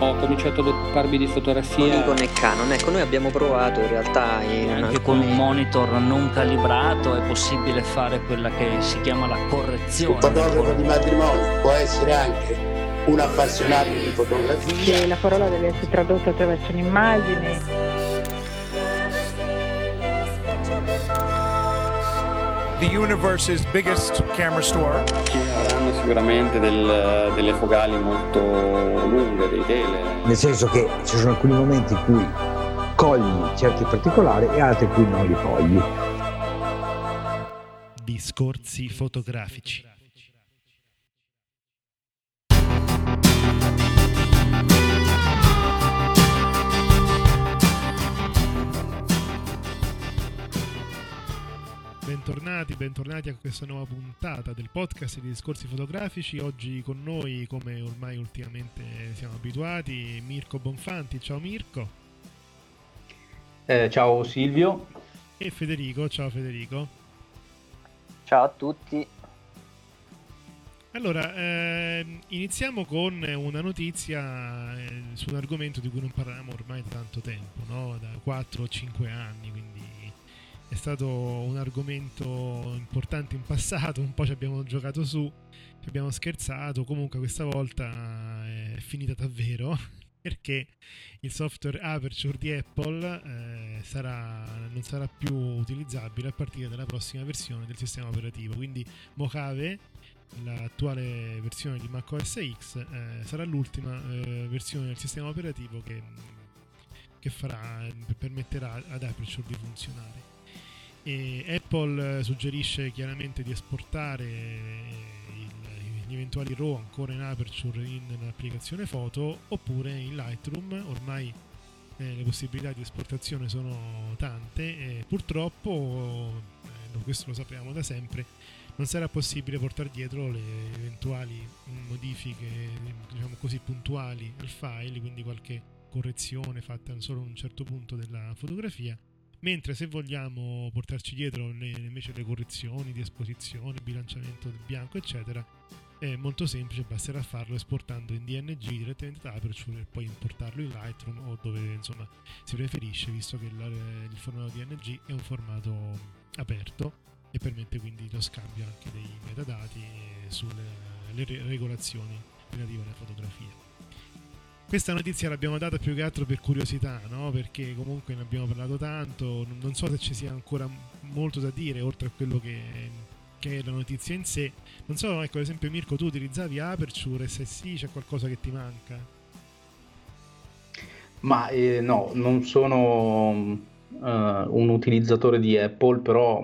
ho cominciato ad occuparmi di fotografia con Nikon e Canon. Ecco, noi abbiamo provato in realtà anche con un monitor non calibrato è possibile fare quella che si chiama la correzione. Un fotografo di matrimonio può essere anche un appassionato di fotografia. Che la parola deve essere tradotta attraverso un'immagine. The universe's biggest camera store. Ci avranno sicuramente delle focali molto lunghe, dei tele. Nel senso che ci sono alcuni momenti in cui cogli certi particolari e altri in cui non li cogli. Discorsi fotografici. Bentornati a questa nuova puntata del podcast di Discorsi Fotografici. Oggi con noi, come ormai ultimamente siamo abituati, Mirko Bonfanti. Ciao Mirko. Ciao Silvio. E Federico. Ciao Federico. Ciao a tutti. Allora, iniziamo con una notizia su un argomento di cui non parlavamo ormai da tanto tempo, no? Da 4 o 5 anni, quindi è stato un argomento importante in passato, un po' ci abbiamo giocato su, ci abbiamo scherzato, comunque questa volta è finita davvero, perché il software Aperture di Apple non sarà più utilizzabile a partire dalla prossima versione del sistema operativo, quindi Mojave, l'attuale versione di macOS X, sarà l'ultima versione del sistema operativo che permetterà ad Aperture di funzionare. E Apple suggerisce chiaramente di esportare gli eventuali RAW ancora in Aperture in un'applicazione foto oppure in Lightroom. Ormai le possibilità di esportazione sono tante e purtroppo, questo lo sappiamo da sempre, non sarà possibile portare dietro le eventuali modifiche, diciamo così, puntuali al file, quindi qualche correzione fatta solo a un certo punto della fotografia. Mentre se vogliamo portarci dietro invece le correzioni di esposizione, bilanciamento del bianco eccetera, è molto semplice, basterà farlo esportando in DNG direttamente da Aperture e poi importarlo in Lightroom o dove insomma si preferisce, visto che il formato DNG è un formato aperto e permette quindi lo scambio anche dei metadati sulle regolazioni relative alla fotografia. Questa notizia l'abbiamo data più che altro per curiosità, no? Perché comunque ne abbiamo parlato tanto, non so se ci sia ancora molto da dire oltre a quello che è la notizia in sé. Non so, ecco, ad esempio Mirko, tu utilizzavi Aperture e se sì c'è qualcosa che ti manca? Ma no, non sono un utilizzatore di Apple, però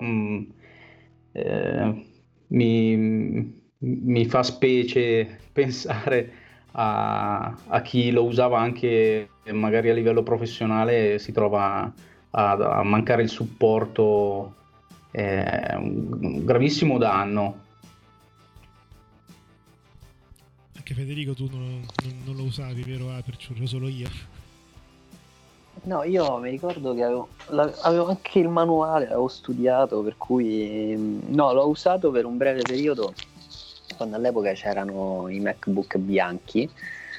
mi fa specie pensare a chi lo usava anche magari a livello professionale, si trova a mancare il supporto, un gravissimo danno. Anche Federico, tu non lo usavi, vero Aperture, solo io? No, io mi ricordo che avevo anche il manuale, l'avevo studiato, per cui no, l'ho usato per un breve periodo quando all'epoca c'erano i MacBook bianchi,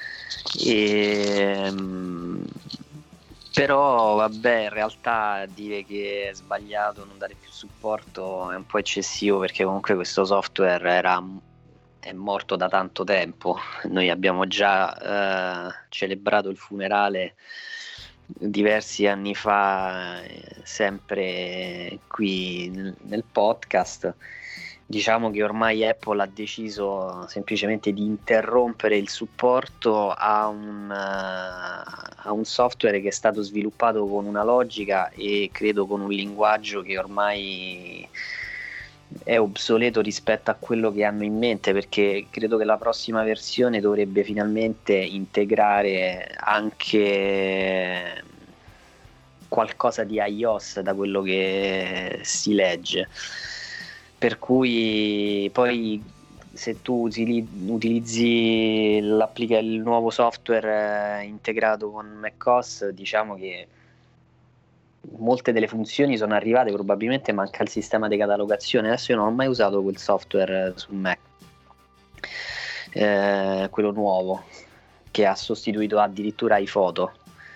però vabbè, in realtà dire che è sbagliato non dare più supporto è un po' eccessivo, perché comunque questo software è morto da tanto tempo. Noi abbiamo già celebrato il funerale diversi anni fa, sempre qui nel podcast. Diciamo che ormai Apple ha deciso semplicemente di interrompere il supporto a un software che è stato sviluppato con una logica e credo con un linguaggio che ormai è obsoleto rispetto a quello che hanno in mente, perché credo che la prossima versione dovrebbe finalmente integrare anche qualcosa di iOS, da quello che si legge. Per cui poi se tu utilizzi il nuovo software integrato con macOS, diciamo che molte delle funzioni sono arrivate, probabilmente manca il sistema di catalogazione. Adesso io non ho mai usato quel software su Mac, quello nuovo, che ha sostituito addirittura iPhoto,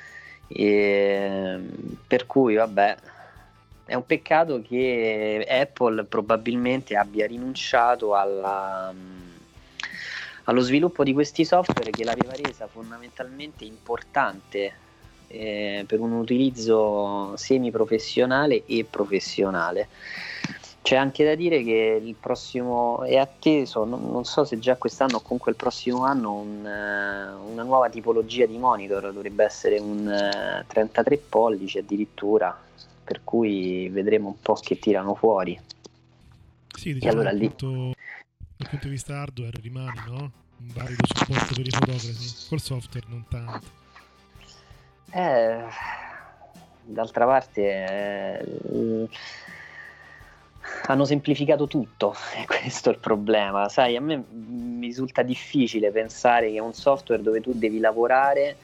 per cui vabbè, è un peccato che Apple probabilmente abbia rinunciato allo sviluppo di questi software che l'aveva resa fondamentalmente importante per un utilizzo semi-professionale e professionale. C'è anche da dire che il prossimo è atteso, non so se già quest'anno o comunque il prossimo anno, una nuova tipologia di monitor, dovrebbe essere un 33 pollici addirittura, per cui vedremo un po' che tirano fuori. Sì, diciamo, allora, dal punto di vista hardware rimane, no? Un valido supporto per i fotografi, col software non tanto. D'altra parte hanno semplificato tutto, questo è il problema. Sai, a me mi risulta difficile pensare che un software dove tu devi lavorare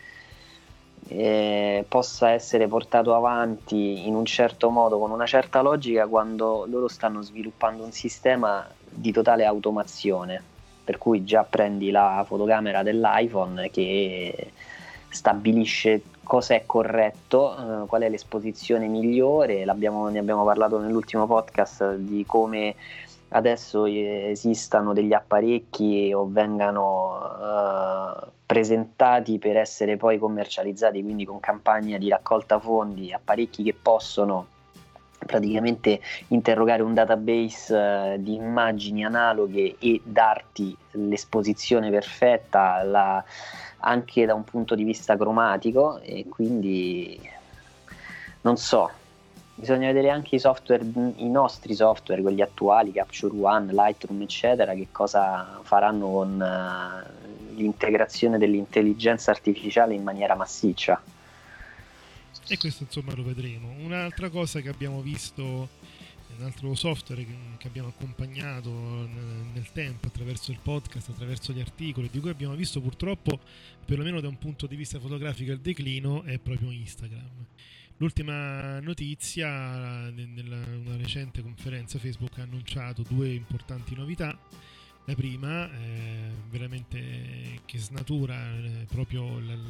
possa essere portato avanti in un certo modo, con una certa logica, quando loro stanno sviluppando un sistema di totale automazione, per cui già prendi la fotocamera dell'iPhone che stabilisce cosa è corretto, qual è l'esposizione migliore. Ne abbiamo parlato nell'ultimo podcast di come adesso esistano degli apparecchi o vengano presentati per essere poi commercializzati, quindi con campagna di raccolta fondi, apparecchi che possono praticamente interrogare un database di immagini analoghe e darti l'esposizione perfetta anche da un punto di vista cromatico, e quindi non so, bisogna vedere anche i nostri software, quelli attuali, Capture One, Lightroom eccetera, che cosa faranno con l'integrazione dell'intelligenza artificiale in maniera massiccia. E questo insomma lo vedremo. Un'altra cosa che abbiamo visto, un altro software che abbiamo accompagnato nel tempo attraverso il podcast, attraverso gli articoli, di cui abbiamo visto purtroppo, perlomeno da un punto di vista fotografico, il declino, è proprio Instagram. L'ultima notizia, una recente conferenza Facebook ha annunciato 2 importanti novità. La prima, veramente che snatura proprio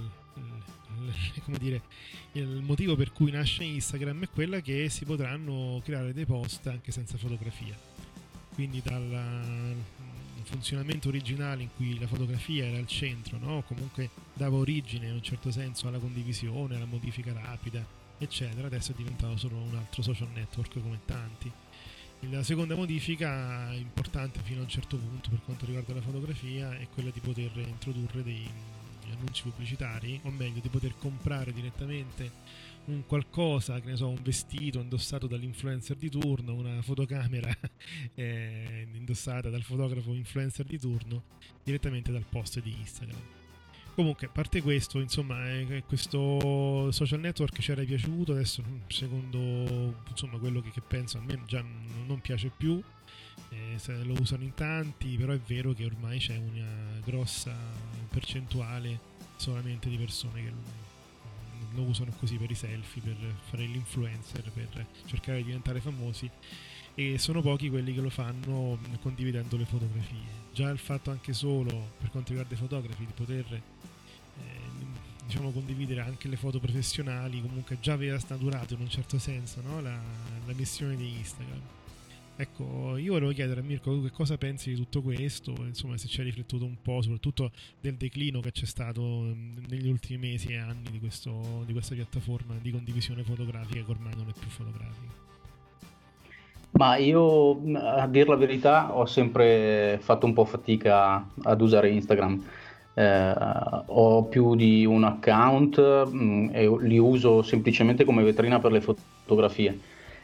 come dire, il motivo per cui nasce Instagram, è quella che si potranno creare dei post anche senza fotografia. Quindi dal funzionamento originale in cui la fotografia era al centro, no? Comunque dava origine in un certo senso alla condivisione, alla modifica rapida, eccetera, adesso è diventato solo un altro social network come tanti. La seconda modifica importante fino a un certo punto per quanto riguarda la fotografia è quella di poter introdurre dei annunci pubblicitari, o meglio di poter comprare direttamente un qualcosa, che ne so, un vestito indossato dall'influencer di turno, una fotocamera indossata dal fotografo influencer di turno, direttamente dal post di Instagram. Comunque, a parte questo, insomma, questo social network ci era piaciuto, adesso secondo insomma quello che penso a me già non piace più, lo usano in tanti, però è vero che ormai c'è una grossa percentuale solamente di persone che lo usano così per i selfie, per fare l'influencer, per cercare di diventare famosi, e sono pochi quelli che lo fanno condividendo le fotografie. Già il fatto anche solo per quanto riguarda i fotografi di poter diciamo condividere anche le foto professionali comunque già aveva snaturato in un certo senso, no? la missione di Instagram. Ecco, io volevo chiedere a Mirko tu che cosa pensi di tutto questo, insomma, se ci hai riflettuto un po' soprattutto del declino che c'è stato negli ultimi mesi e anni di questa piattaforma di condivisione fotografica che ormai non è più fotografica. Ma io, a dir la verità, ho sempre fatto un po' fatica ad usare Instagram. Ho più di un account e li uso semplicemente come vetrina per le fotografie.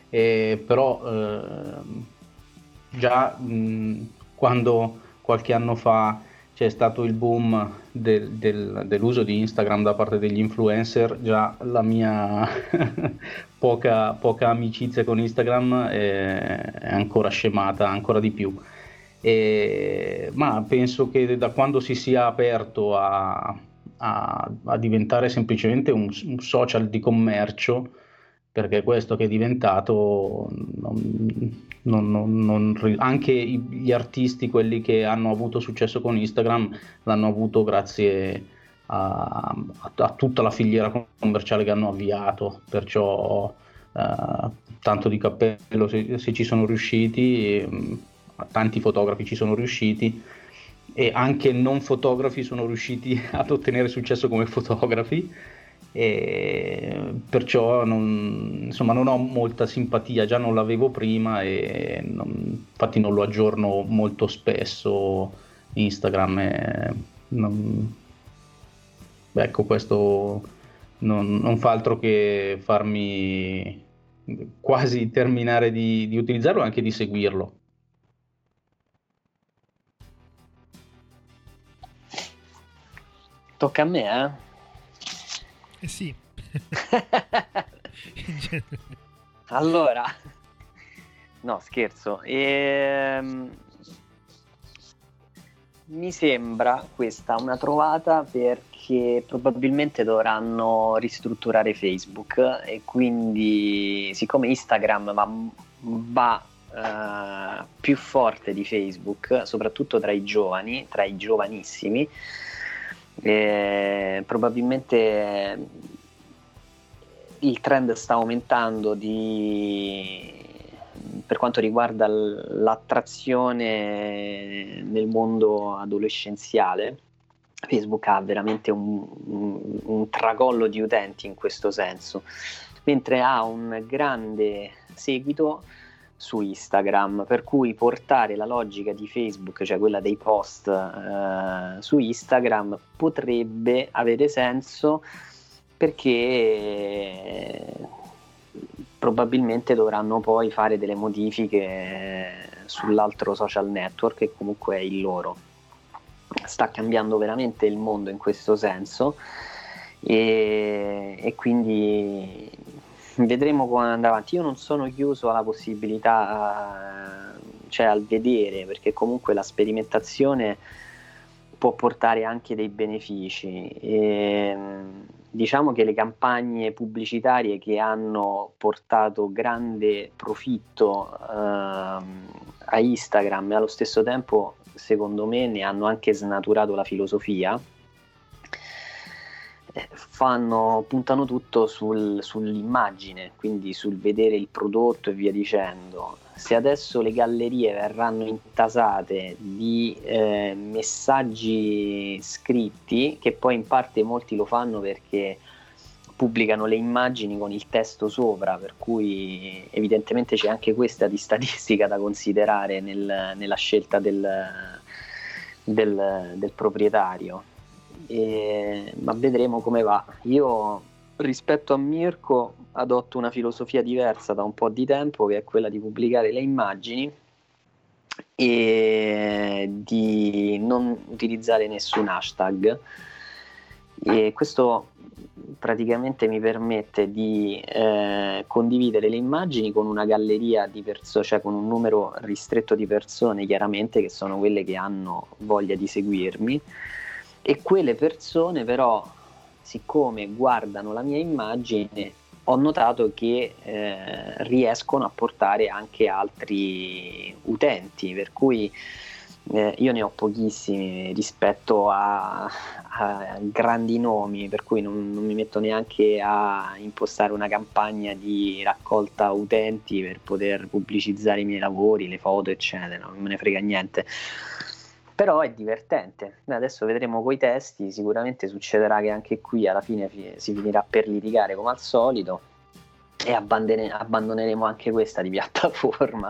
Però già quando qualche anno fa c'è stato il boom dell'uso di Instagram da parte degli influencer, già la mia poca amicizia con Instagram è ancora scemata, ancora di più. Ma penso che da quando si sia aperto a diventare semplicemente un social di commercio, perché questo che è diventato, anche gli artisti, quelli che hanno avuto successo con Instagram, l'hanno avuto grazie tutta la filiera commerciale che hanno avviato, perciò tanto di cappello se ci sono riusciti, tanti fotografi ci sono riusciti e anche non fotografi sono riusciti ad ottenere successo come fotografi, e perciò non ho molta simpatia, già non l'avevo prima e infatti non lo aggiorno molto spesso Instagram ecco, questo non fa altro che farmi quasi terminare di utilizzarlo e anche di seguirlo. Tocca a me, sì. Allora, no, scherzo. Mi sembra questa una trovata perché probabilmente dovranno ristrutturare Facebook e quindi siccome Instagram va più forte di Facebook, soprattutto tra i giovani, tra i giovanissimi, probabilmente il trend sta aumentando per quanto riguarda l'attrazione nel mondo adolescenziale. Facebook ha veramente un tracollo di utenti in questo senso, mentre ha un grande seguito su Instagram, per cui portare la logica di Facebook, cioè quella dei post su Instagram, potrebbe avere senso, perché probabilmente dovranno poi fare delle modifiche sull'altro social network che comunque è il loro. Sta cambiando veramente il mondo in questo senso e quindi vedremo come andrà avanti. Io non sono chiuso alla possibilità, cioè al vedere, perché comunque la sperimentazione può portare anche dei benefici. Diciamo che le campagne pubblicitarie che hanno portato grande profitto a Instagram e allo stesso tempo, secondo me, ne hanno anche snaturato la filosofia, puntano tutto sull'immagine, quindi sul vedere il prodotto e via dicendo. Se adesso le gallerie verranno intasate di messaggi scritti, che poi in parte molti lo fanno perché pubblicano le immagini con il testo sopra, per cui evidentemente c'è anche questa di statistica da considerare nella scelta del proprietario. Ma vedremo come va. Io rispetto a Mirko adotto una filosofia diversa da un po' di tempo, che è quella di pubblicare le immagini e di non utilizzare nessun hashtag, e questo praticamente mi permette di condividere le immagini con una galleria di persone, cioè con un numero ristretto di persone, chiaramente, che sono quelle che hanno voglia di seguirmi, e quelle persone però, siccome guardano la mia immagine, ho notato che riescono a portare anche altri utenti, per cui io ne ho pochissimi rispetto a grandi nomi, per cui non mi metto neanche a impostare una campagna di raccolta utenti per poter pubblicizzare i miei lavori, le foto eccetera, non me ne frega niente. Però è divertente. Adesso vedremo coi testi, sicuramente succederà che anche qui alla fine si finirà per litigare come al solito e abbandoneremo anche questa di piattaforma.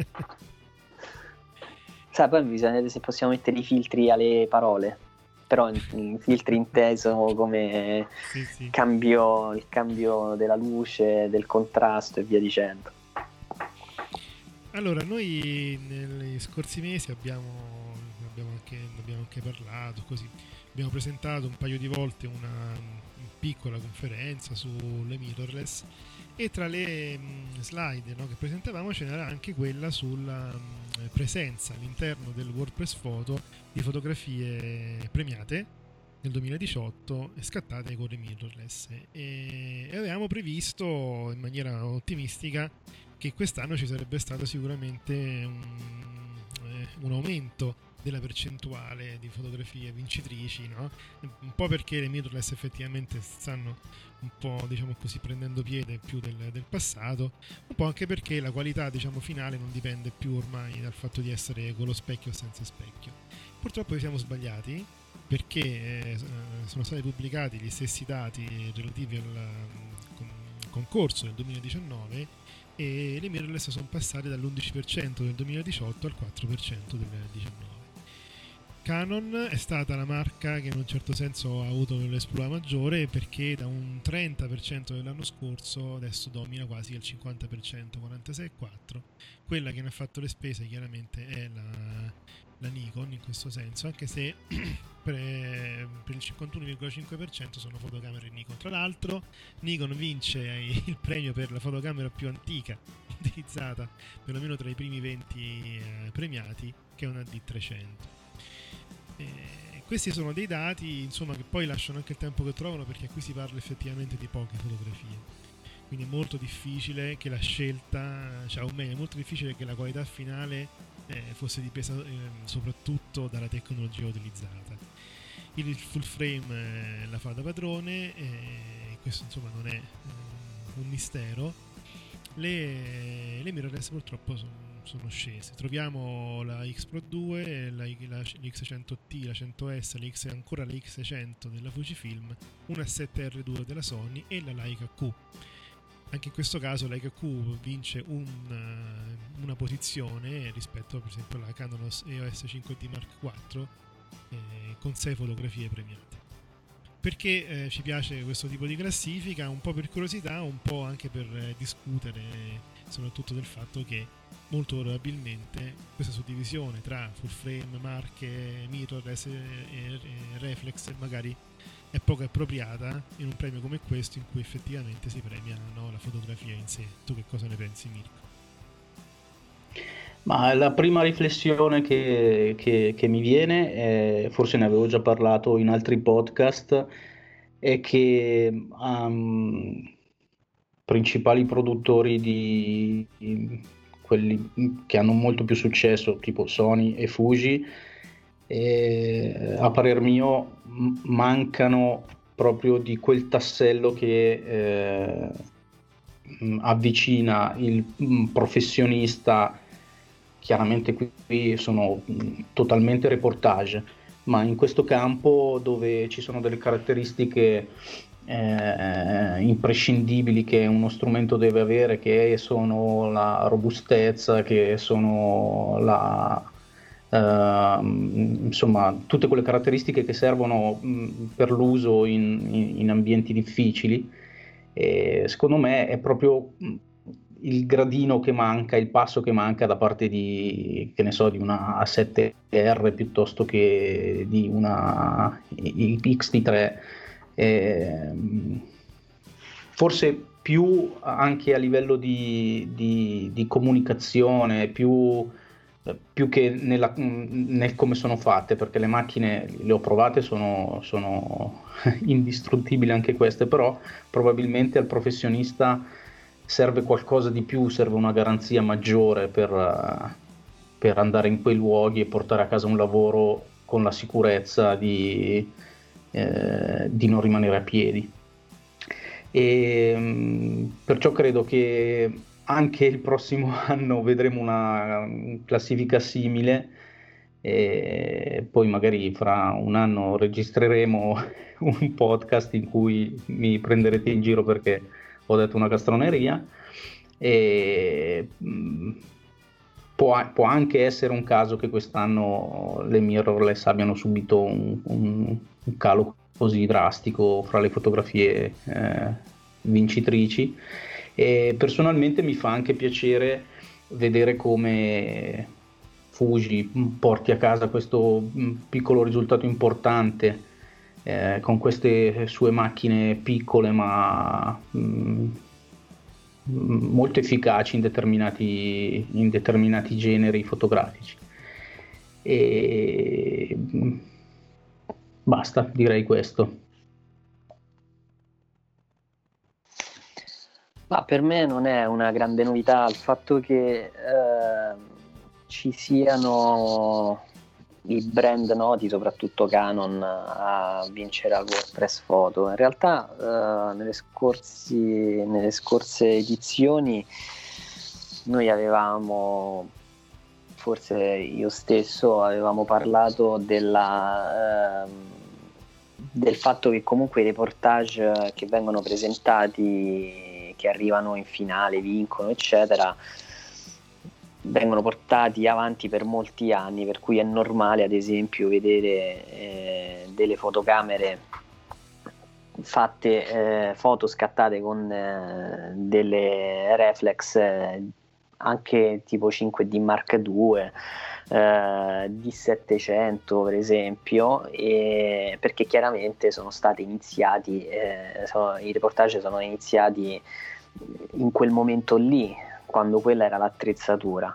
Sai, poi bisogna vedere se possiamo mettere i filtri alle parole, però in filtri inteso come sì. Il cambio della luce, del contrasto e via dicendo. Allora, noi negli scorsi mesi abbiamo anche parlato, così abbiamo presentato un paio di volte una piccola conferenza sulle mirrorless, e tra le slide, no, che presentavamo ce n'era anche quella sulla presenza all'interno del WordPress Photo di fotografie premiate nel 2018 e scattate con le mirrorless, e avevamo previsto in maniera ottimistica che quest'anno ci sarebbe stato sicuramente un aumento della percentuale di fotografie vincitrici, no? Un po' perché le mirrorless effettivamente stanno un po', diciamo così, prendendo piede più del passato, un po' anche perché la qualità, diciamo, finale non dipende più ormai dal fatto di essere con lo specchio o senza specchio. Purtroppo siamo sbagliati, perché sono stati pubblicati gli stessi dati relativi al concorso del 2019 e le mirrorless sono passate dall'11% del 2018 al 4% del 2019. Canon è stata la marca che in un certo senso ha avuto l'esploit maggiore, perché da un 30% dell'anno scorso adesso domina quasi il 50%, 46,4%. Quella che ne ha fatto le spese chiaramente è la Nikon in questo senso, anche se per il 51,5% sono fotocamere Nikon. Tra l'altro Nikon vince il premio per la fotocamera più antica utilizzata, perlomeno tra i primi 20 premiati, che è una D300. Questi sono dei dati, insomma, che poi lasciano anche il tempo che trovano, perché qui si parla effettivamente di poche fotografie, quindi è molto difficile che la scelta, cioè, o meglio, è molto difficile che la qualità finale fosse dipesa soprattutto dalla tecnologia utilizzata. Il full frame la fa da padrone, questo insomma non è un mistero. Le mirrorless purtroppo sono scese. Troviamo la X Pro 2, la X100T, la 100S, ancora la X600 della Fujifilm, una 7R2 della Sony e la Leica Q. Anche in questo caso la Leica Q vince una posizione rispetto per esempio alla Canon EOS 5D Mark IV, con 6 fotografie premiate. Perché ci piace questo tipo di classifica? Un po' per curiosità, un po' anche per discutere soprattutto del fatto che molto probabilmente questa suddivisione tra full frame, marche, mirrorless e reflex magari è poco appropriata in un premio come questo, in cui effettivamente si premia, no, la fotografia in sé. Tu che cosa ne pensi, Mirko? Ma la prima riflessione che mi viene, forse ne avevo già parlato in altri podcast, è che principali produttori di quelli che hanno molto più successo, tipo Sony e Fuji, a parer mio mancano proprio di quel tassello che avvicina il professionista. Chiaramente qui sono totalmente reportage, ma in questo campo dove ci sono delle caratteristiche imprescindibili che uno strumento deve avere, che sono la robustezza, che sono insomma tutte quelle caratteristiche che servono per l'uso in ambienti difficili, secondo me è proprio il gradino che manca, il passo che manca da parte di, che ne so, di una A7R piuttosto che di una XT3, forse più anche a livello di comunicazione, più che nel come sono fatte, perché le macchine le ho provate, sono indistruttibili anche queste, però probabilmente al professionista serve qualcosa di più, serve una garanzia maggiore per andare in quei luoghi e portare a casa un lavoro con la sicurezza di non rimanere a piedi. E perciò credo che anche il prossimo anno vedremo una classifica simile, e poi magari fra un anno registreremo un podcast in cui mi prenderete in giro perché ho detto una castroneria, e può anche essere un caso che quest'anno le mirrorless abbiano subito un calo così drastico fra le fotografie vincitrici, e personalmente mi fa anche piacere vedere come Fuji porti a casa questo piccolo risultato importante con queste sue macchine piccole ma molto efficaci in determinati generi fotografici. E basta, direi questo. Ma per me non è una grande novità il fatto che ci siano i brand noti, soprattutto Canon, a vincere al World Press Photo. In realtà nelle scorse edizioni noi avevamo, forse io stesso, avevamo parlato del fatto che comunque i reportage che vengono presentati, che arrivano in finale, vincono eccetera, vengono portati avanti per molti anni, per cui è normale ad esempio vedere delle fotocamere fatte, foto scattate con delle reflex anche tipo 5D Mark II, D700 per esempio, perché chiaramente sono stati iniziati, i reportage sono iniziati in quel momento lì, quando quella era l'attrezzatura.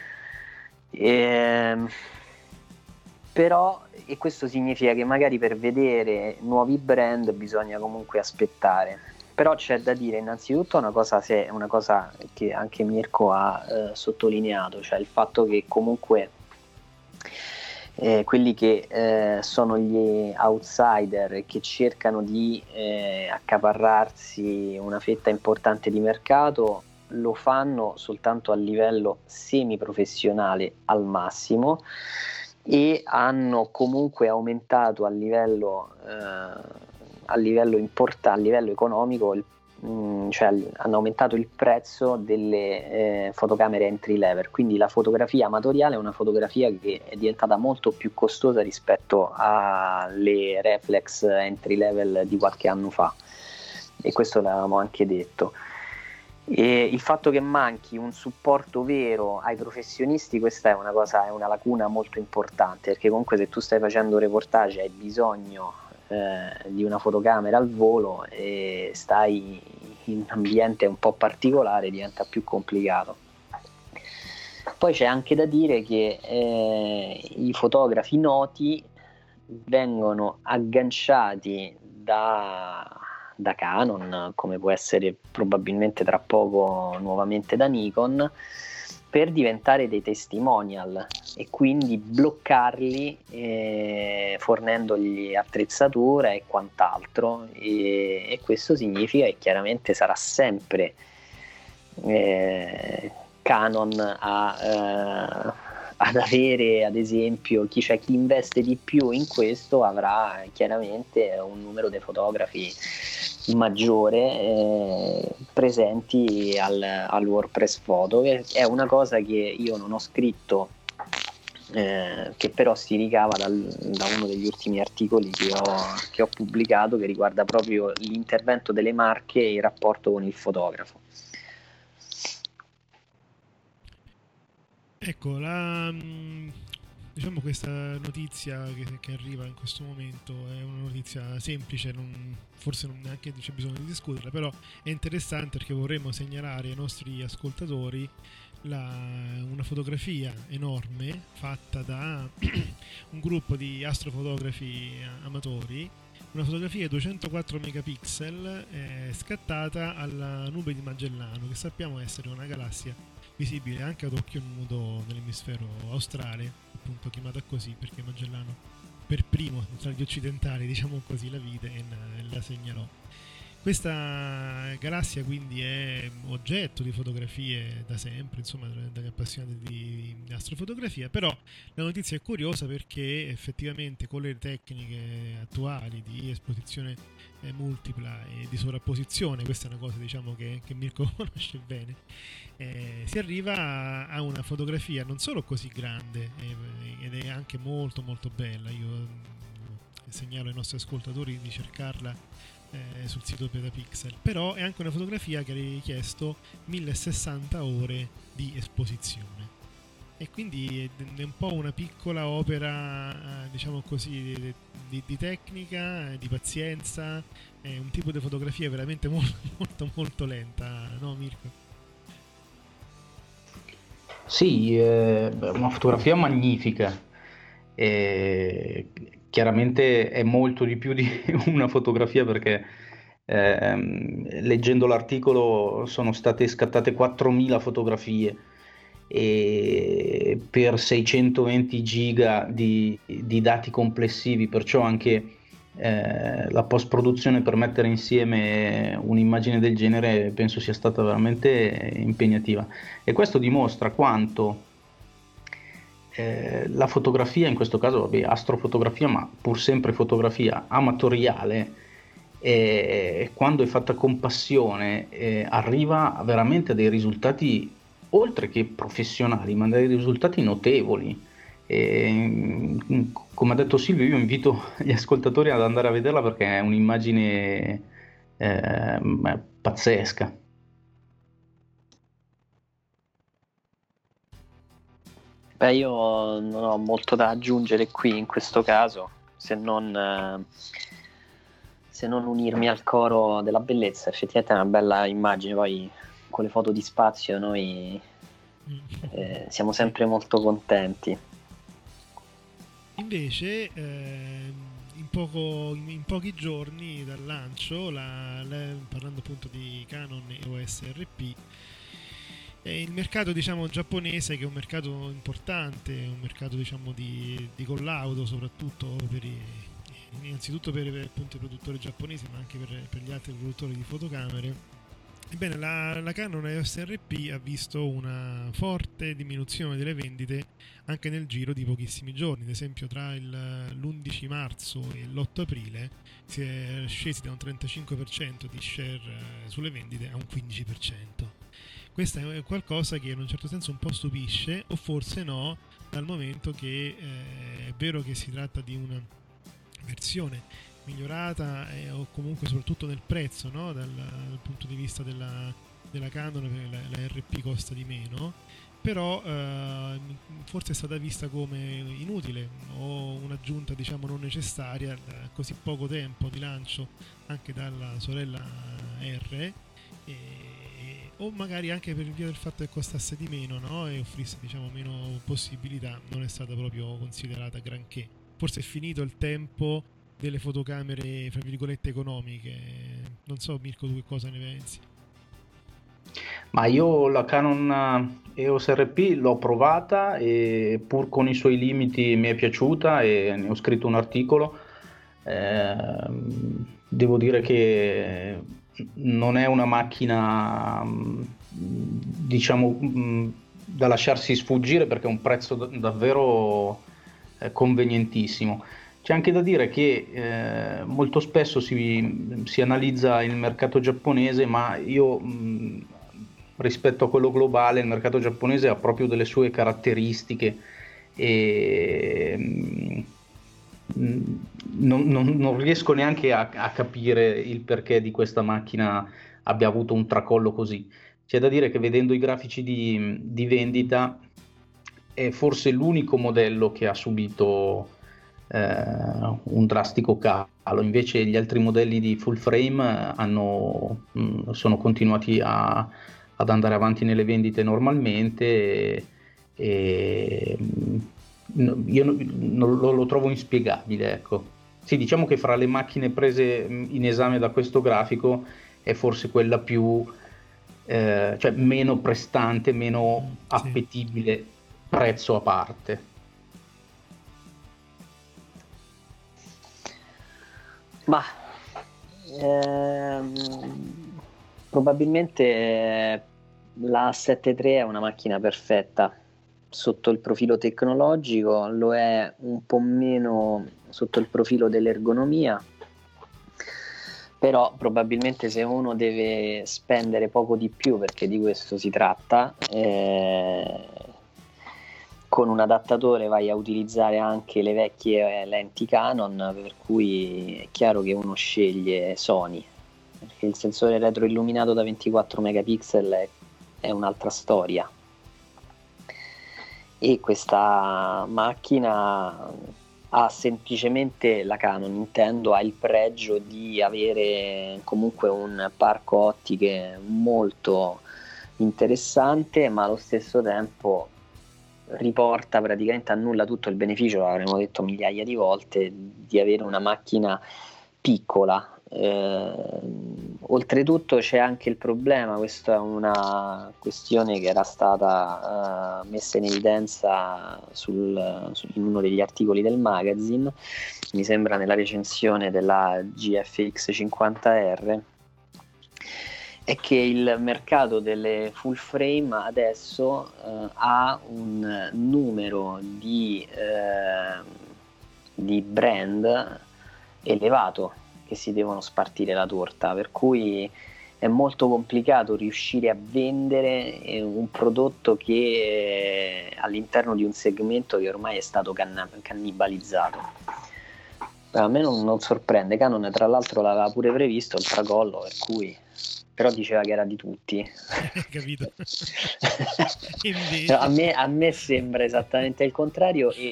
Però, e questo significa che magari per vedere nuovi brand bisogna comunque aspettare. Però c'è da dire innanzitutto una cosa che anche Mirko ha sottolineato, cioè il fatto che comunque quelli che sono gli outsider che cercano di accaparrarsi una fetta importante di mercato lo fanno soltanto a livello semiprofessionale al massimo, e hanno comunque aumentato a livello economico, cioè hanno aumentato il prezzo delle fotocamere entry level, quindi la fotografia amatoriale è una fotografia che è diventata molto più costosa rispetto alle reflex entry level di qualche anno fa, e questo l'avevamo anche detto. E il fatto che manchi un supporto vero ai professionisti, questa è una lacuna molto importante, perché comunque se tu stai facendo un reportage e hai bisogno di una fotocamera al volo e stai in un ambiente un po' particolare, diventa più complicato. Poi c'è anche da dire che i fotografi noti vengono agganciati da Canon, come può essere probabilmente tra poco nuovamente da Nikon, per diventare dei testimonial e quindi bloccarli fornendogli attrezzatura e quant'altro, e questo significa che chiaramente sarà sempre Canon ad avere, ad esempio, chi investe di più in questo avrà chiaramente un numero di fotografi maggiore presenti al World Press Photo, che è una cosa che io non ho scritto, che però si ricava da uno degli ultimi articoli che ho pubblicato, che riguarda proprio l'intervento delle marche in rapporto con il fotografo. Ecco, diciamo questa notizia che arriva in questo momento è una notizia semplice, forse non neanche c'è bisogno di discuterla, però è interessante perché vorremmo segnalare ai nostri ascoltatori una fotografia enorme fatta da un gruppo di astrofotografi amatori, una fotografia di 204 megapixel scattata alla nube di Magellano, che sappiamo essere una galassia visibile anche ad occhio nudo nell'emisfero australe, appunto chiamata così perché Magellano per primo tra gli occidentali, diciamo così, la vide e la segnalò. Questa galassia quindi è oggetto di fotografie da sempre, insomma, dagli appassionati di astrofotografia, però la notizia è curiosa perché effettivamente con le tecniche attuali di esposizione multipla e di sovrapposizione, questa è una cosa, diciamo, che Mirko conosce bene, si arriva a una fotografia non solo così grande ed è anche molto molto bella. Io segnalo ai nostri ascoltatori di cercarla sul sito Petapixel, però è anche una fotografia che ha richiesto 1060 ore di esposizione, e quindi è un po' una piccola opera, diciamo così, di tecnica, di pazienza, è un tipo di fotografia veramente molto molto molto lenta, no Mirko? Sì, una fotografia magnifica. Chiaramente è molto di più di una fotografia, perché leggendo l'articolo sono state scattate 4.000 fotografie e per 620 giga di dati complessivi, perciò anche la post-produzione per mettere insieme un'immagine del genere penso sia stata veramente impegnativa, e questo dimostra quanto la fotografia, in questo caso astrofotografia, ma pur sempre fotografia amatoriale, quando è fatta con passione arriva veramente a dei risultati oltre che professionali, ma dei risultati notevoli. Come ha detto Silvio, io invito gli ascoltatori ad andare a vederla perché è un'immagine pazzesca. Beh, io non ho molto da aggiungere qui in questo caso, se non unirmi al coro della bellezza. Effettivamente è una bella immagine, poi con le foto di spazio noi siamo sempre molto contenti. Invece in pochi giorni dal lancio, parlando appunto di Canon EOS RP, il mercato giapponese, che è un mercato importante, un mercato di collaudo soprattutto innanzitutto per appunto i produttori giapponesi, ma anche per gli altri produttori di fotocamere. Ebbene, la Canon EOS RP ha visto una forte diminuzione delle vendite anche nel giro di pochissimi giorni. Ad esempio, tra l'11 marzo e l'8 aprile si è scesi da un 35% di share sulle vendite a un 15%. Questo è qualcosa che in un certo senso un po' stupisce, o forse no, dal momento che è vero che si tratta di una versione migliorata o comunque soprattutto nel prezzo, no? Dal punto di vista della Canon, la RP costa di meno, però forse è stata vista come inutile o un'aggiunta non necessaria da così poco tempo di lancio anche dalla sorella R, o magari anche per via del fatto che costasse di meno, no? E offrisse meno possibilità, non è stata proprio considerata granché. Forse è finito il tempo delle fotocamere fra virgolette economiche. Non so, Mirko, tu che cosa ne pensi? Ma io la Canon EOS RP l'ho provata e pur con i suoi limiti mi è piaciuta e ne ho scritto un articolo. Devo dire che non è una macchina da lasciarsi sfuggire, perché è un prezzo davvero convenientissimo. C'è anche da dire che molto spesso si analizza il mercato giapponese, ma io rispetto a quello globale, il mercato giapponese ha proprio delle sue caratteristiche e non riesco neanche a capire il perché di questa macchina abbia avuto un tracollo così. C'è da dire che vedendo i grafici di vendita è forse l'unico modello che ha subito un drastico calo, invece gli altri modelli di full frame sono continuati ad andare avanti nelle vendite normalmente e io lo trovo inspiegabile, ecco. Sì, diciamo che fra le macchine prese in esame da questo grafico è forse quella più cioè meno prestante, meno appetibile, prezzo a parte. Ma probabilmente la 7.3 è una macchina perfetta sotto il profilo tecnologico, lo è un po' meno sotto il profilo dell'ergonomia, però probabilmente se uno deve spendere poco di più, perché di questo si tratta, con un adattatore vai a utilizzare anche le vecchie lenti Canon, per cui è chiaro che uno sceglie Sony, perché il sensore retroilluminato da 24 megapixel è un'altra storia, e questa macchina ha semplicemente, la Canon intendo, ha il pregio di avere comunque un parco ottiche molto interessante, ma allo stesso tempo riporta praticamente a nulla tutto il beneficio, l'avremmo detto migliaia di volte, di avere una macchina piccola, oltretutto c'è anche il problema, questa è una questione che era stata messa in evidenza in uno degli articoli del magazine, mi sembra nella recensione della GFX 50R, è che il mercato delle full frame adesso ha un numero di brand elevato che si devono spartire la torta, per cui è molto complicato riuscire a vendere un prodotto che all'interno di un segmento che ormai è stato cannibalizzato. A me non sorprende, Canon tra l'altro l'aveva pure previsto il tracollo, per cui però diceva che era di tutti. Capito? A me sembra esattamente il contrario, e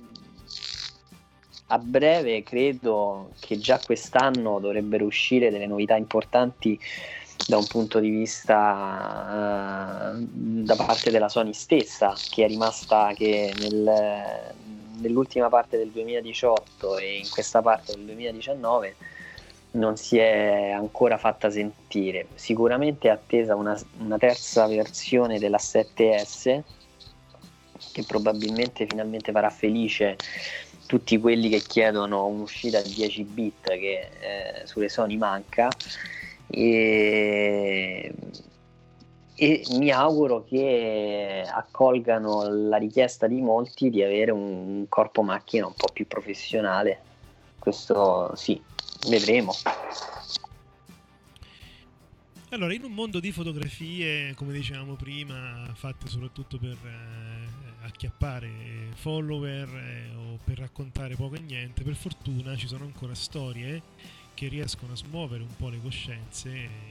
a breve credo che già quest'anno dovrebbero uscire delle novità importanti da un punto di vista da parte della Sony stessa, che è rimasta che nell'ultima parte del 2018 e in questa parte del 2019 non si è ancora fatta sentire. Sicuramente è attesa una terza versione della 7S che probabilmente finalmente farà felice tutti quelli che chiedono un'uscita a 10 bit che sulle Sony manca, e mi auguro che accolgano la richiesta di molti di avere un corpo macchina un po' più professionale. Questo sì, vedremo. Allora, in un mondo di fotografie, come dicevamo prima, fatte soprattutto per acchiappare follower o per raccontare poco e niente, per fortuna ci sono ancora storie che riescono a smuovere un po' le coscienze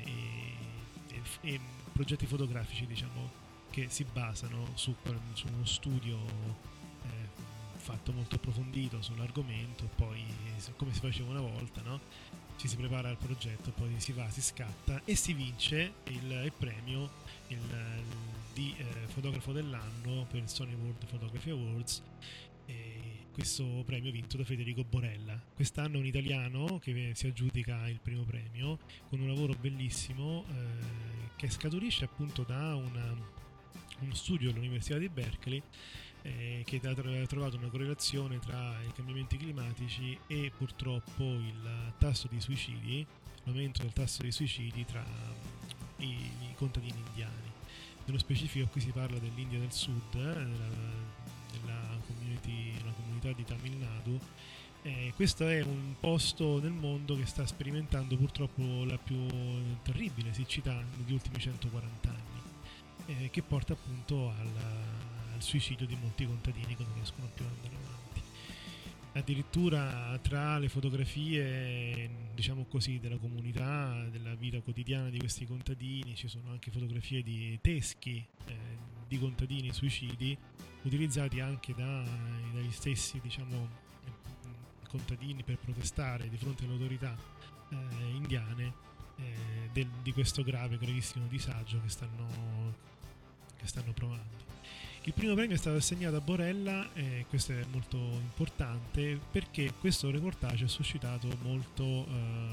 e progetti fotografici, diciamo, che si basano su uno studio fatto molto approfondito sull'argomento, poi come si faceva una volta, no? Ci si prepara al progetto, poi si va, si scatta e si vince il premio di fotografo dell'anno per il Sony World Photography Awards. Questo premio vinto da Federico Borella. Quest'anno un italiano che si aggiudica il primo premio con un lavoro bellissimo che scaturisce appunto da uno studio all'Università di Berkeley che ha trovato una correlazione tra i cambiamenti climatici e purtroppo il tasso di suicidi, l'aumento del tasso di suicidi tra i contadini indiani. Nello specifico qui si parla dell'India del Sud, della comunità di Tamil Nadu. Questo è un posto nel mondo che sta sperimentando purtroppo la più terribile siccità negli ultimi 140 anni, che porta appunto al suicidio di molti contadini che non riescono più ad andare avanti. Addirittura tra le fotografie, diciamo così, della comunità, della vita quotidiana di questi contadini, ci sono anche fotografie di teschi di contadini suicidi utilizzati anche dagli stessi, diciamo, contadini per protestare di fronte alle autorità indiane di questo gravissimo disagio che stanno provando. Il primo premio è stato assegnato a Borella, questo è molto importante perché questo reportage ha suscitato molto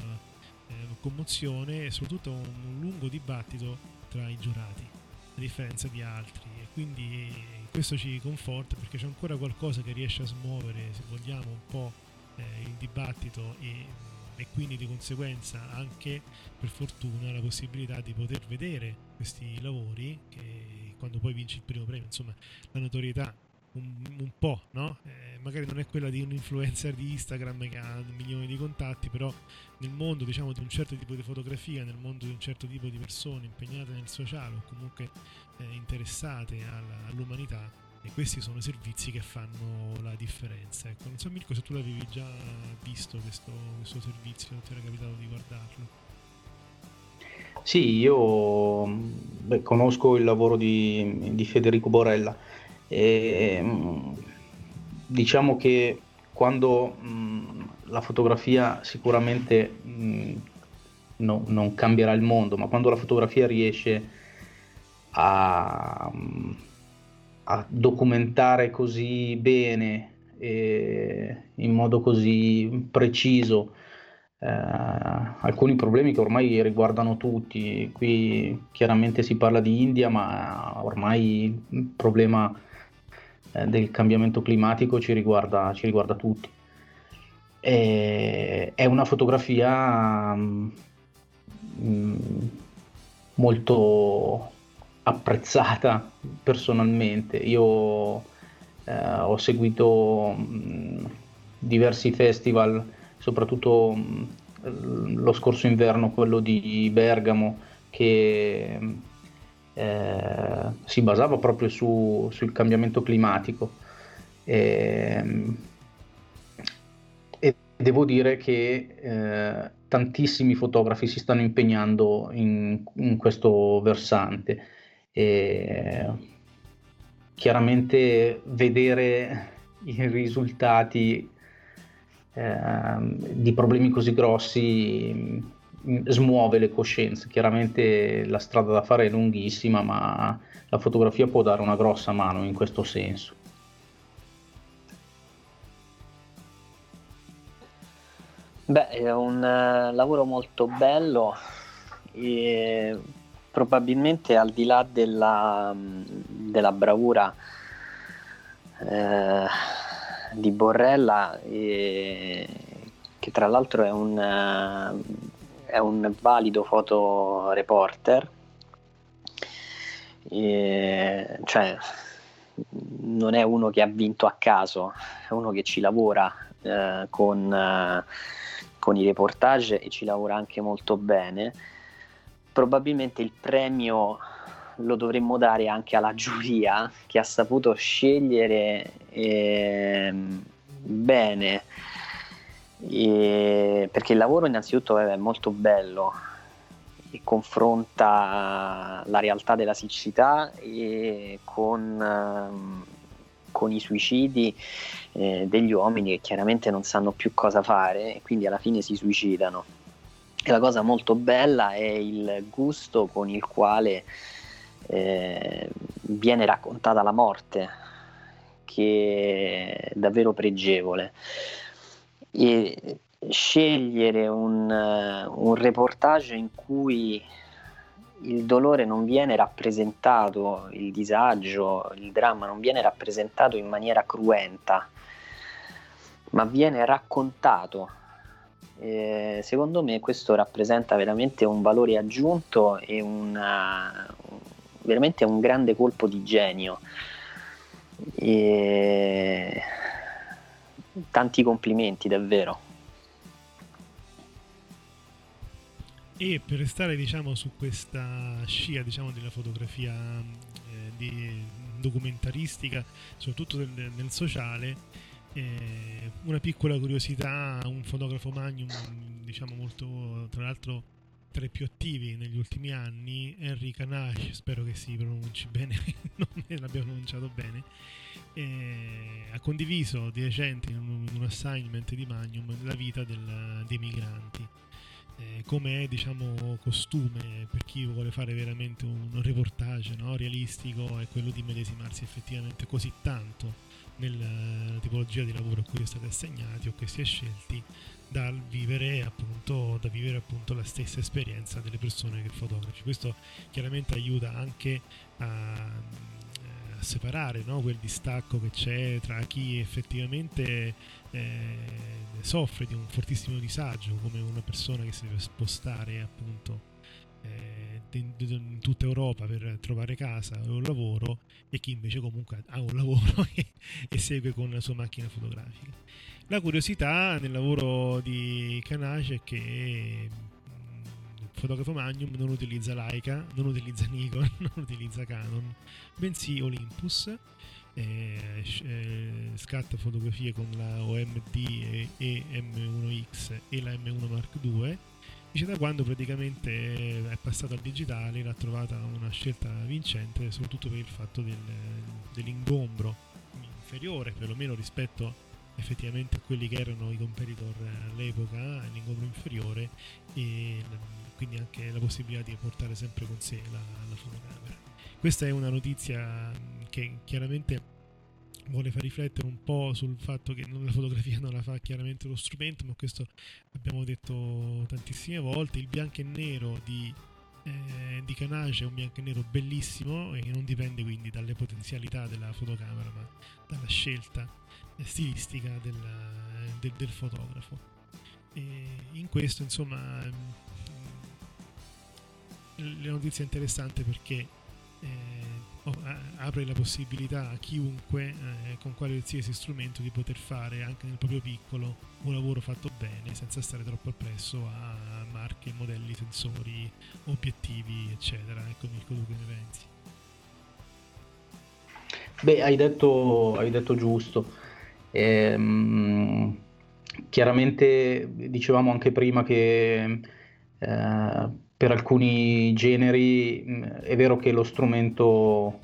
commozione e soprattutto un lungo dibattito tra i giurati, a differenza di altri, e quindi questo ci conforta perché c'è ancora qualcosa che riesce a smuovere, se vogliamo, un po' il dibattito e quindi di conseguenza anche, per fortuna, la possibilità di poter vedere questi lavori che quando poi vinci il primo premio, insomma, la notorietà un po', no? Magari non è quella di un influencer di Instagram che ha milioni di contatti, però nel mondo, diciamo, di un certo tipo di fotografia, nel mondo di un certo tipo di persone impegnate nel sociale o comunque interessate all'umanità, e questi sono servizi che fanno la differenza. Ecco, non so Mirko se tu l'avevi già visto questo servizio, ti era capitato di guardarlo? Sì, io conosco il lavoro di Federico Borella e diciamo che quando la fotografia sicuramente non cambierà il mondo, ma quando la fotografia riesce a documentare così bene e in modo così preciso alcuni problemi che ormai riguardano tutti. Qui chiaramente si parla di India, ma ormai il problema del cambiamento climatico ci riguarda tutti. È una fotografia molto apprezzata personalmente. Io ho seguito diversi festival, soprattutto lo scorso inverno, quello di Bergamo, che si basava proprio sul cambiamento climatico. E devo dire che tantissimi fotografi si stanno impegnando in questo versante. Chiaramente vedere i risultati di problemi così grossi smuove le coscienze. Chiaramente la strada da fare è lunghissima, ma la fotografia può dare una grossa mano in questo senso. Beh, è un lavoro molto bello e probabilmente, al di là della bravura di Borrella, che tra l'altro è un valido fotoreporter, cioè non è uno che ha vinto a caso, è uno che ci lavora con i reportage e ci lavora anche molto bene. Probabilmente il premio lo dovremmo dare anche alla giuria, che ha saputo scegliere bene, perché il lavoro innanzitutto è molto bello e confronta la realtà della siccità e con i suicidi degli uomini che chiaramente non sanno più cosa fare e quindi alla fine si suicidano. E la cosa molto bella è il gusto con il quale viene raccontata la morte, che è davvero pregevole. E scegliere un reportage in cui il dolore non viene rappresentato, il disagio, il dramma non viene rappresentato in maniera cruenta, ma viene raccontato. Secondo me questo rappresenta veramente un valore aggiunto e veramente un grande colpo di genio. Tanti complimenti, davvero. E per restare, diciamo, su questa scia, diciamo, della fotografia documentaristica, soprattutto nel sociale, una piccola curiosità: un fotografo Magnum, diciamo, molto, tra l'altro tra i più attivi negli ultimi anni, Henri Canache, spero che si pronunci bene, non me l'abbia pronunciato bene, ha condiviso di recente in un assignment di Magnum la vita dei migranti. Come è, diciamo, costume per chi vuole fare veramente un reportage, no, realistico, è quello di medesimarsi effettivamente così tanto nella tipologia di lavoro a cui state assegnati o che si è scelti, da vivere appunto la stessa esperienza delle persone che fotografi. Questo chiaramente aiuta anche a separare, no, quel distacco che c'è tra chi effettivamente soffre di un fortissimo disagio, come una persona che si deve spostare appunto in tutta Europa per trovare casa o un lavoro, e chi invece comunque ha un lavoro e segue con la sua macchina fotografica. La curiosità nel lavoro di Canache è che il fotografo Magnum non utilizza Leica, non utilizza Nikon, non utilizza Canon, bensì Olympus. Scatta fotografie con la OMD e M1X e la M1 Mark II. Dice, da quando praticamente è passato al digitale l'ha trovata una scelta vincente, soprattutto per il fatto dell'ingombro inferiore, perlomeno rispetto effettivamente a quelli che erano i competitor all'epoca, l'ingombro inferiore, e quindi anche la possibilità di portare sempre con sé la fotocamera. Questa è una notizia che chiaramente vuole far riflettere un po' sul fatto che la fotografia non la fa chiaramente lo strumento, ma questo abbiamo detto tantissime volte. Il bianco e nero di Canage è un bianco e nero bellissimo e che non dipende quindi dalle potenzialità della fotocamera, ma dalla scelta stilistica del fotografo. E in questo, insomma, la notizia è interessante perché apre la possibilità a chiunque con qualsiasi strumento di poter fare anche nel proprio piccolo un lavoro fatto bene senza stare troppo appresso a marche, modelli, sensori, obiettivi, eccetera. Ecco Mirko, tu che ne pensi? Beh, hai detto giusto. Chiaramente dicevamo anche prima che per alcuni generi è vero che lo strumento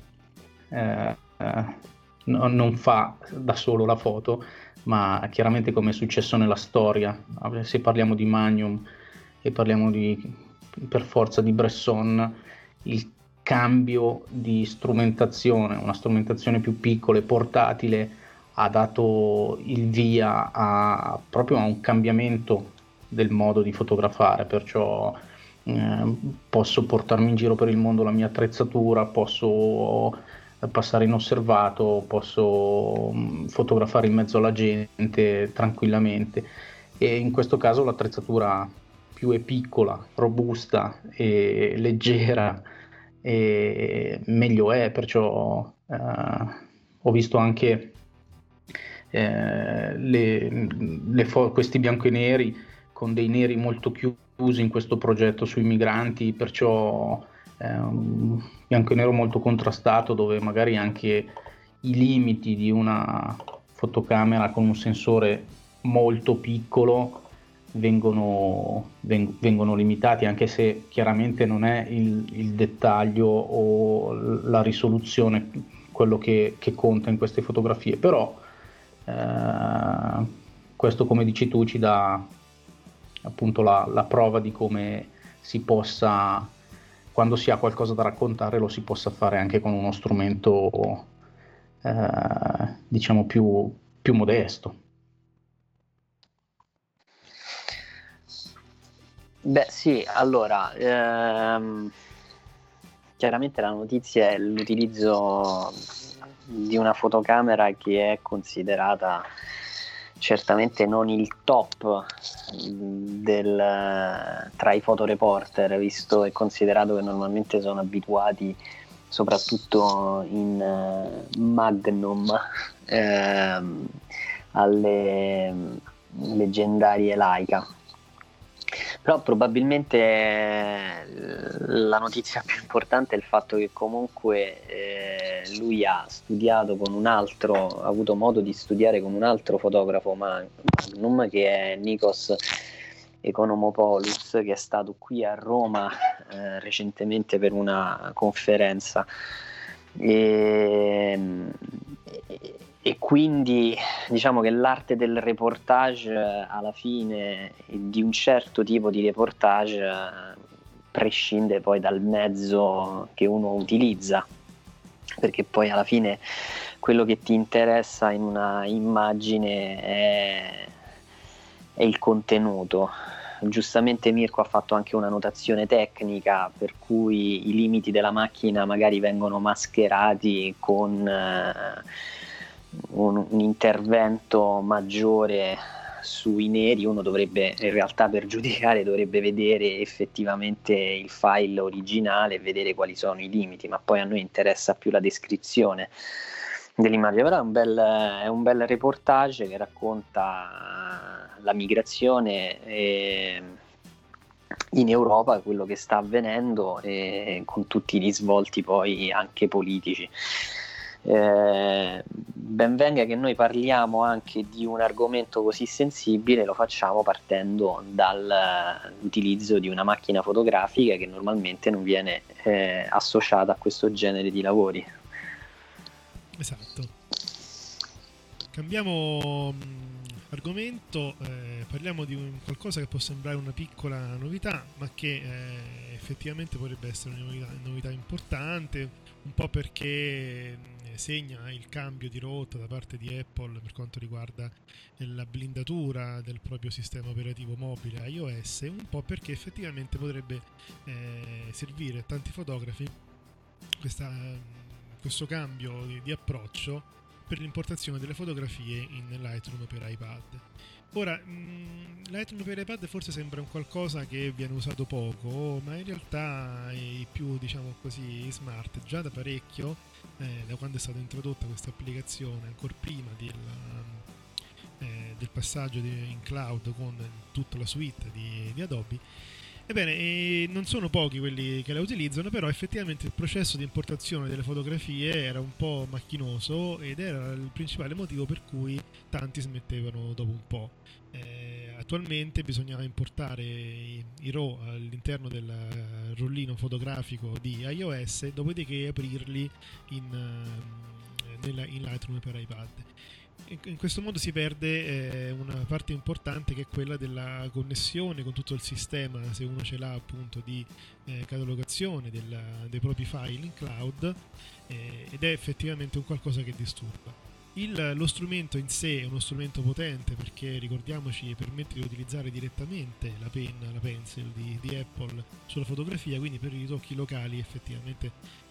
non fa da solo la foto, ma chiaramente, come è successo nella storia, se parliamo di Magnum e parliamo per forza di Bresson, il cambio di strumentazione, una strumentazione più piccola e portatile, ha dato il via proprio a un cambiamento del modo di fotografare, perciò posso portarmi in giro per il mondo la mia attrezzatura, posso passare inosservato, posso fotografare in mezzo alla gente tranquillamente, e in questo caso l'attrezzatura più è piccola, robusta e leggera, e meglio è, perciò ho visto anche questi bianco e neri con dei neri molto chiusi in questo progetto sui migranti, perciò un bianco e nero molto contrastato, dove magari anche i limiti di una fotocamera con un sensore molto piccolo vengono limitati, anche se chiaramente non è il dettaglio o la risoluzione quello che conta in queste fotografie, però questo, come dici tu, ci dà appunto la prova di come si possa, quando si ha qualcosa da raccontare, lo si possa fare anche con uno strumento diciamo più modesto. Beh sì, allora chiaramente la notizia è l'utilizzo di una fotocamera che è considerata certamente non il top tra i fotoreporter, visto e considerato che normalmente sono abituati soprattutto in Magnum alle leggendarie Leica. Però probabilmente la notizia più importante è il fatto che comunque lui ha studiato con un altro, ha avuto modo di studiare con un altro fotografo Magnum, che è Nikos Economopoulos, che è stato qui a Roma recentemente per una conferenza, e quindi diciamo che l'arte del reportage alla fine, di un certo tipo di reportage, prescinde poi dal mezzo che uno utilizza, perché poi alla fine quello che ti interessa in una immagine è il contenuto. Giustamente Mirko ha fatto anche una notazione tecnica per cui i limiti della macchina magari vengono mascherati con un intervento maggiore sui neri. Uno dovrebbe, in realtà, per giudicare dovrebbe vedere effettivamente il file originale e vedere quali sono i limiti, ma poi a noi interessa più la descrizione dell'immagine. Però è un bel reportage che racconta la migrazione in Europa, quello che sta avvenendo, e con tutti i risvolti poi anche politici. Ben venga che noi parliamo anche di un argomento così sensibile, lo facciamo partendo dall'utilizzo di una macchina fotografica che normalmente non viene associata a questo genere di lavori. Esatto. Cambiamo argomento. Parliamo di qualcosa che può sembrare una piccola novità, ma che effettivamente potrebbe essere una novità importante, un po' perché segna il cambio di rotta da parte di Apple per quanto riguarda la blindatura del proprio sistema operativo mobile iOS, un po' perché effettivamente potrebbe servire a tanti fotografi questo cambio di approccio per l'importazione delle fotografie in Lightroom per iPad. Ora, Lightroom per iPad forse sembra un qualcosa che viene usato poco, ma in realtà è più, diciamo così, smart già da parecchio, da quando è stata introdotta questa applicazione, ancora prima del passaggio in cloud con tutta la suite di Adobe. Ebbene, non sono pochi quelli che la utilizzano, però effettivamente il processo di importazione delle fotografie era un po' macchinoso ed era il principale motivo per cui tanti smettevano dopo un po'. Attualmente bisognava importare i RAW all'interno del rollino fotografico di iOS, dopodiché aprirli in Lightroom per iPad. In questo modo si perde una parte importante, che è quella della connessione con tutto il sistema, se uno ce l'ha, appunto, di catalogazione dei propri file in cloud, ed è effettivamente un qualcosa che disturba. Lo strumento in sé è uno strumento potente, perché ricordiamoci permette di utilizzare direttamente la penna, la pencil di Apple sulla fotografia, quindi per i ritocchi locali effettivamente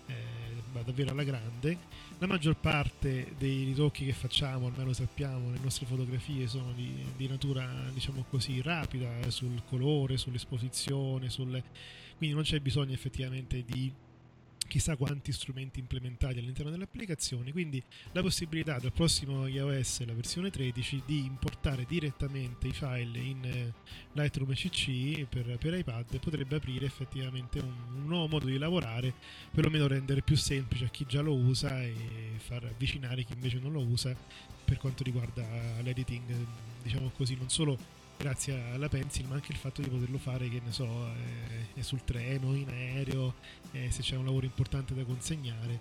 va davvero alla grande. La maggior parte dei ritocchi che facciamo, almeno sappiamo, le nostre fotografie sono di natura, diciamo così, rapida, sul colore, sull'esposizione, quindi non c'è bisogno effettivamente di chissà quanti strumenti implementati all'interno dell'applicazione. Quindi la possibilità dal prossimo iOS, la versione 13, di importare direttamente i file in Lightroom CC per iPad potrebbe aprire effettivamente un nuovo modo di lavorare, perlomeno rendere più semplice a chi già lo usa e far avvicinare chi invece non lo usa per quanto riguarda l'editing, diciamo così, non solo grazie alla pencil, ma anche il fatto di poterlo fare, che ne so, sul treno, in aereo, se c'è un lavoro importante da consegnare,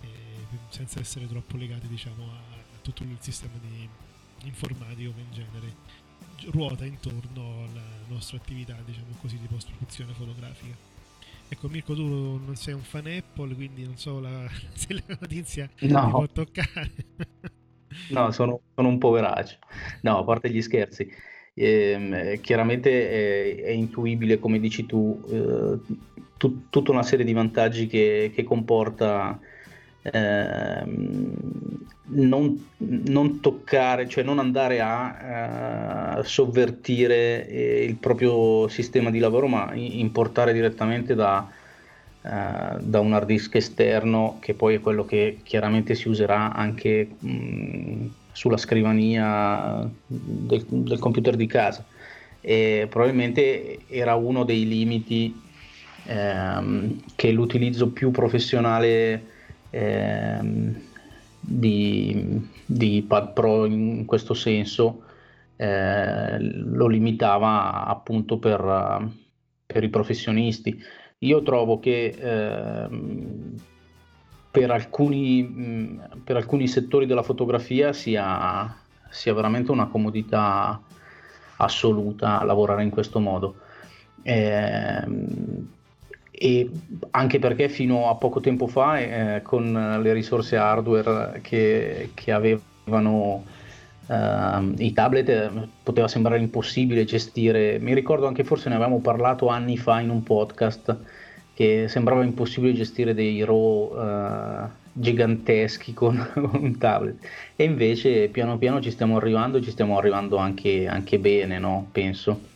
senza essere troppo legati, diciamo, a tutto il sistema informatico che in genere ruota intorno alla nostra attività, diciamo così, di post-produzione fotografica. Ecco, Mirko, tu non sei un fan Apple, quindi non so se la notizia ti può toccare. No, sono un poveraccio. No, a parte gli scherzi. Chiaramente è intuibile, come dici tu, tutta una serie di vantaggi che comporta non toccare, cioè non andare a sovvertire il proprio sistema di lavoro, ma importare direttamente da un hard disk esterno, che poi è quello che chiaramente si userà anche sulla scrivania del computer di casa. E probabilmente era uno dei limiti che l'utilizzo più professionale di Pad Pro in questo senso lo limitava appunto per i professionisti. Io trovo che per alcuni settori della fotografia sia veramente una comodità assoluta lavorare in questo modo, e anche perché fino a poco tempo fa con le risorse hardware che avevano i tablet poteva sembrare impossibile gestire. Mi ricordo anche, forse ne avevamo parlato anni fa in un podcast, che sembrava impossibile gestire dei RAW giganteschi con un tablet, e invece piano piano ci stiamo arrivando anche bene, no? Penso.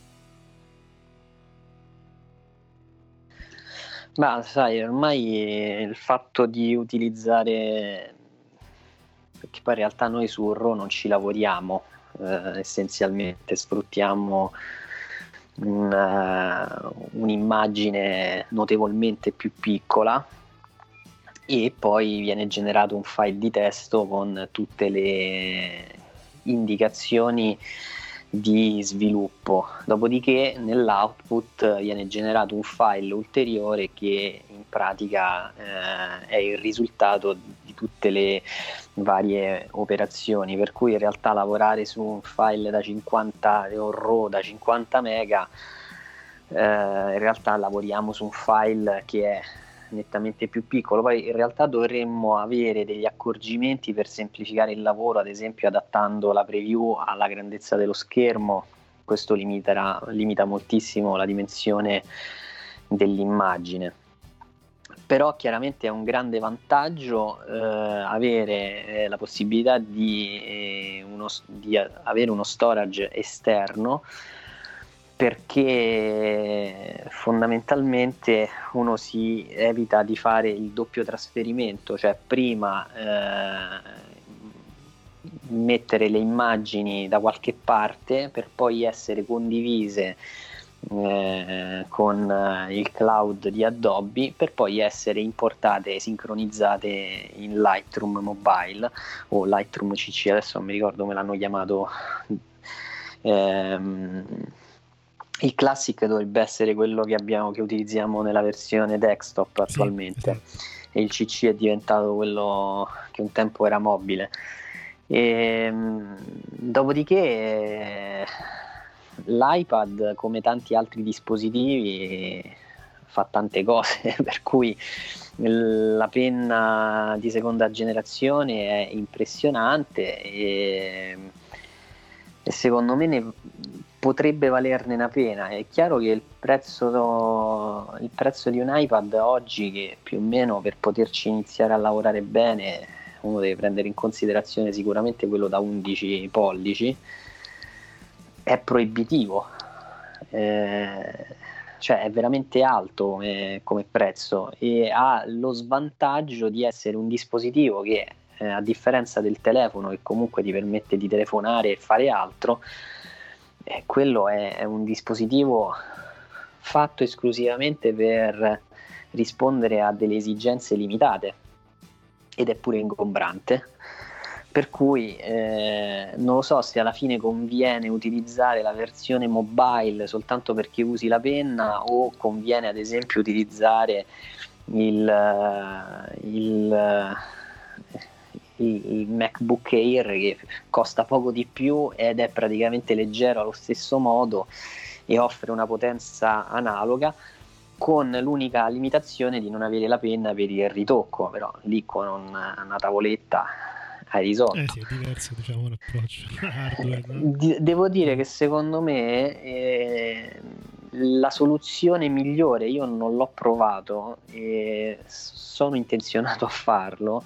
Ma sai, ormai il fatto di utilizzare, perché poi in realtà noi su RAW non ci lavoriamo, essenzialmente sfruttiamo un'immagine notevolmente più piccola e poi viene generato un file di testo con tutte le indicazioni di sviluppo. Dopodiché nell'output viene generato un file ulteriore che in pratica è il risultato di tutte le varie operazioni, per cui in realtà lavorare su un file da 50 un RAW da 50 mega, in realtà lavoriamo su un file che è nettamente più piccolo. Poi in realtà dovremmo avere degli accorgimenti per semplificare il lavoro, ad esempio adattando la preview alla grandezza dello schermo. Questo limita moltissimo la dimensione dell'immagine, però chiaramente è un grande vantaggio avere la possibilità di avere uno storage esterno, perché fondamentalmente uno si evita di fare il doppio trasferimento, cioè prima mettere le immagini da qualche parte per poi essere condivise con il cloud di Adobe, per poi essere importate e sincronizzate in Lightroom Mobile o Lightroom CC, adesso non mi ricordo come l'hanno chiamato. Il Classic dovrebbe essere quello che utilizziamo nella versione desktop attualmente, sì. E il CC è diventato quello che un tempo era mobile. Dopodiché l'iPad, come tanti altri dispositivi, fa tante cose, per cui la penna di seconda generazione è impressionante e secondo me potrebbe valerne una pena. È chiaro che il prezzo di un iPad oggi, che più o meno per poterci iniziare a lavorare bene uno deve prendere in considerazione sicuramente quello da 11 pollici, è proibitivo, cioè è veramente alto come prezzo, e ha lo svantaggio di essere un dispositivo che a differenza del telefono, che comunque ti permette di telefonare e fare altro, quello è un dispositivo fatto esclusivamente per rispondere a delle esigenze limitate, ed è pure ingombrante, per cui non lo so se alla fine conviene utilizzare la versione mobile soltanto perché usi la penna, o conviene ad esempio utilizzare il MacBook Air, che costa poco di più ed è praticamente leggero allo stesso modo e offre una potenza analoga, con l'unica limitazione di non avere la penna per il ritocco, però lì con una tavoletta hai risolto. Sì, è diverso, diciamo, l'approccio hardware, no? Devo dire che secondo me la soluzione migliore, io non l'ho provato e sono intenzionato a farlo,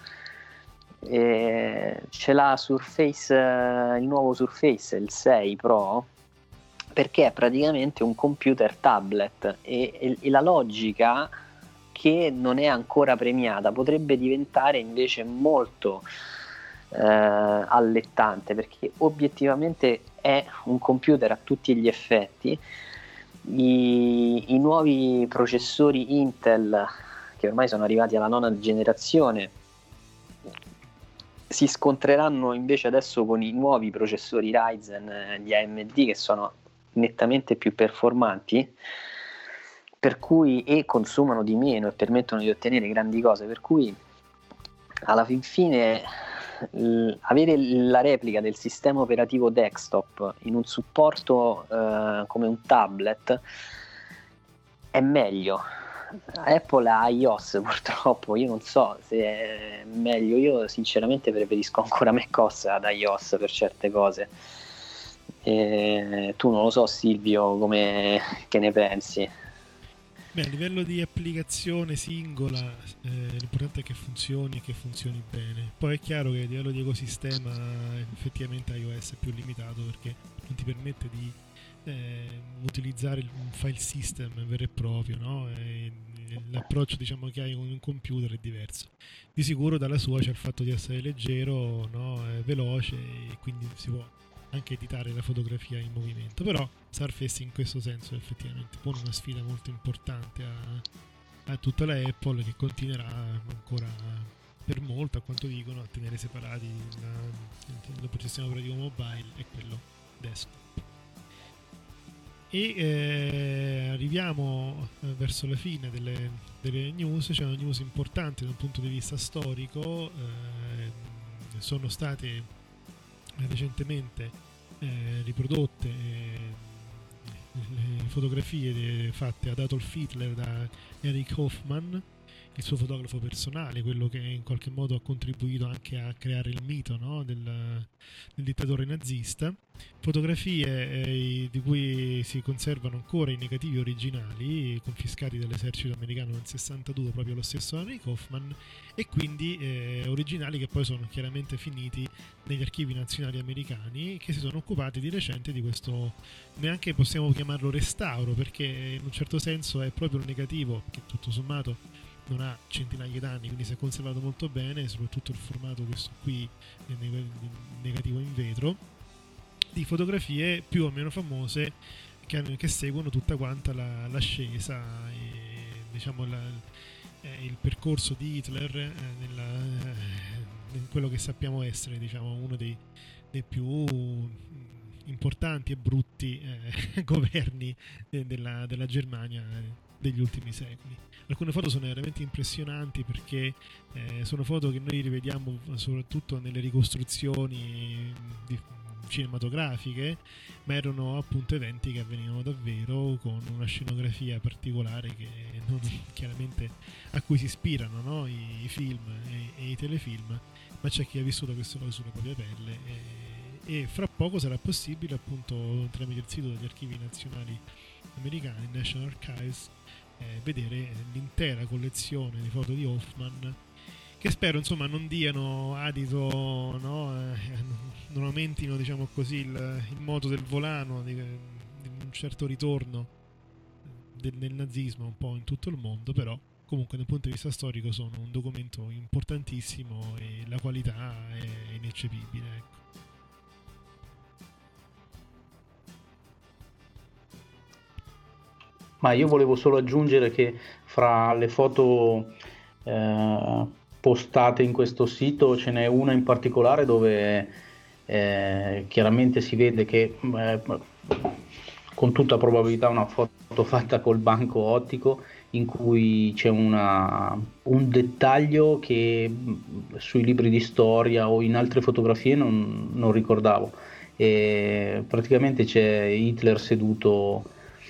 ce l'ha Surface, il nuovo Surface, il 6 Pro, perché è praticamente un computer tablet, e la logica, che non è ancora premiata, potrebbe diventare invece molto allettante, perché obiettivamente è un computer a tutti gli effetti. I nuovi processori Intel, che ormai sono arrivati alla 9ª generazione, si scontreranno invece adesso con i nuovi processori Ryzen di AMD, che sono nettamente più performanti, per cui e consumano di meno e permettono di ottenere grandi cose, per cui alla fine avere la replica del sistema operativo desktop in un supporto come un tablet è meglio. Apple ha iOS, purtroppo io non so se è meglio, io sinceramente preferisco ancora macOS ad iOS per certe cose. Tu non lo so, Silvio, che ne pensi? Beh, a livello di applicazione singola l'importante è che funzioni bene. Poi è chiaro che a livello di ecosistema effettivamente iOS è più limitato, perché non ti permette di utilizzare un file system vero e proprio, no? L'approccio, diciamo, che hai con un computer è diverso. Di sicuro dalla sua c'è il fatto di essere leggero, no? Veloce, e quindi si può anche editare la fotografia in movimento. Però Surface in questo senso effettivamente pone una sfida molto importante a tutta la Apple, che continuerà ancora per molto, a quanto dicono, a tenere separati il sistema operativo mobile e quello desktop. E arriviamo verso la fine delle news. C'è una news importante dal punto di vista storico. Sono state recentemente riprodotte le fotografie fatte ad Adolf Hitler da Erich Hoffmann, il suo fotografo personale, quello che in qualche modo ha contribuito anche a creare il mito, no, del dittatore nazista. Fotografie di cui si conservano ancora i negativi originali confiscati dall'esercito americano nel 62, proprio lo stesso Erich Hoffmann, e quindi originali che poi sono chiaramente finiti negli archivi nazionali americani, che si sono occupati di recente di questo, neanche possiamo chiamarlo restauro, perché in un certo senso è proprio il negativo, che tutto sommato non ha centinaia d'anni, quindi si è conservato molto bene, soprattutto il formato questo qui negativo in vetro, di fotografie più o meno famose che seguono tutta quanta l'ascesa e diciamo il percorso di Hitler in quello che sappiamo essere, diciamo, uno dei più importanti e brutti governi della Germania degli ultimi secoli. Alcune foto sono veramente impressionanti perché sono foto che noi rivediamo soprattutto nelle ricostruzioni cinematografiche, ma erano appunto eventi che avvenivano davvero, con una scenografia particolare che chiaramente a cui si ispirano, no? I film e i telefilm, ma c'è chi ha vissuto queste cose sulla propria pelle e fra poco sarà possibile, appunto tramite il sito degli archivi nazionali americani, National Archives, vedere l'intera collezione di foto di Hoffmann, che spero insomma non diano adito, no? Non aumentino, diciamo così, il moto del volano di un certo ritorno del nazismo un po' in tutto il mondo, però comunque dal punto di vista storico sono un documento importantissimo e la qualità è ineccepibile, ecco. Ma io volevo solo aggiungere che fra le foto postate in questo sito ce n'è una in particolare dove chiaramente si vede che con tutta probabilità una foto fatta col banco ottico, in cui c'è un dettaglio che sui libri di storia o in altre fotografie non ricordavo. E praticamente c'è Hitler seduto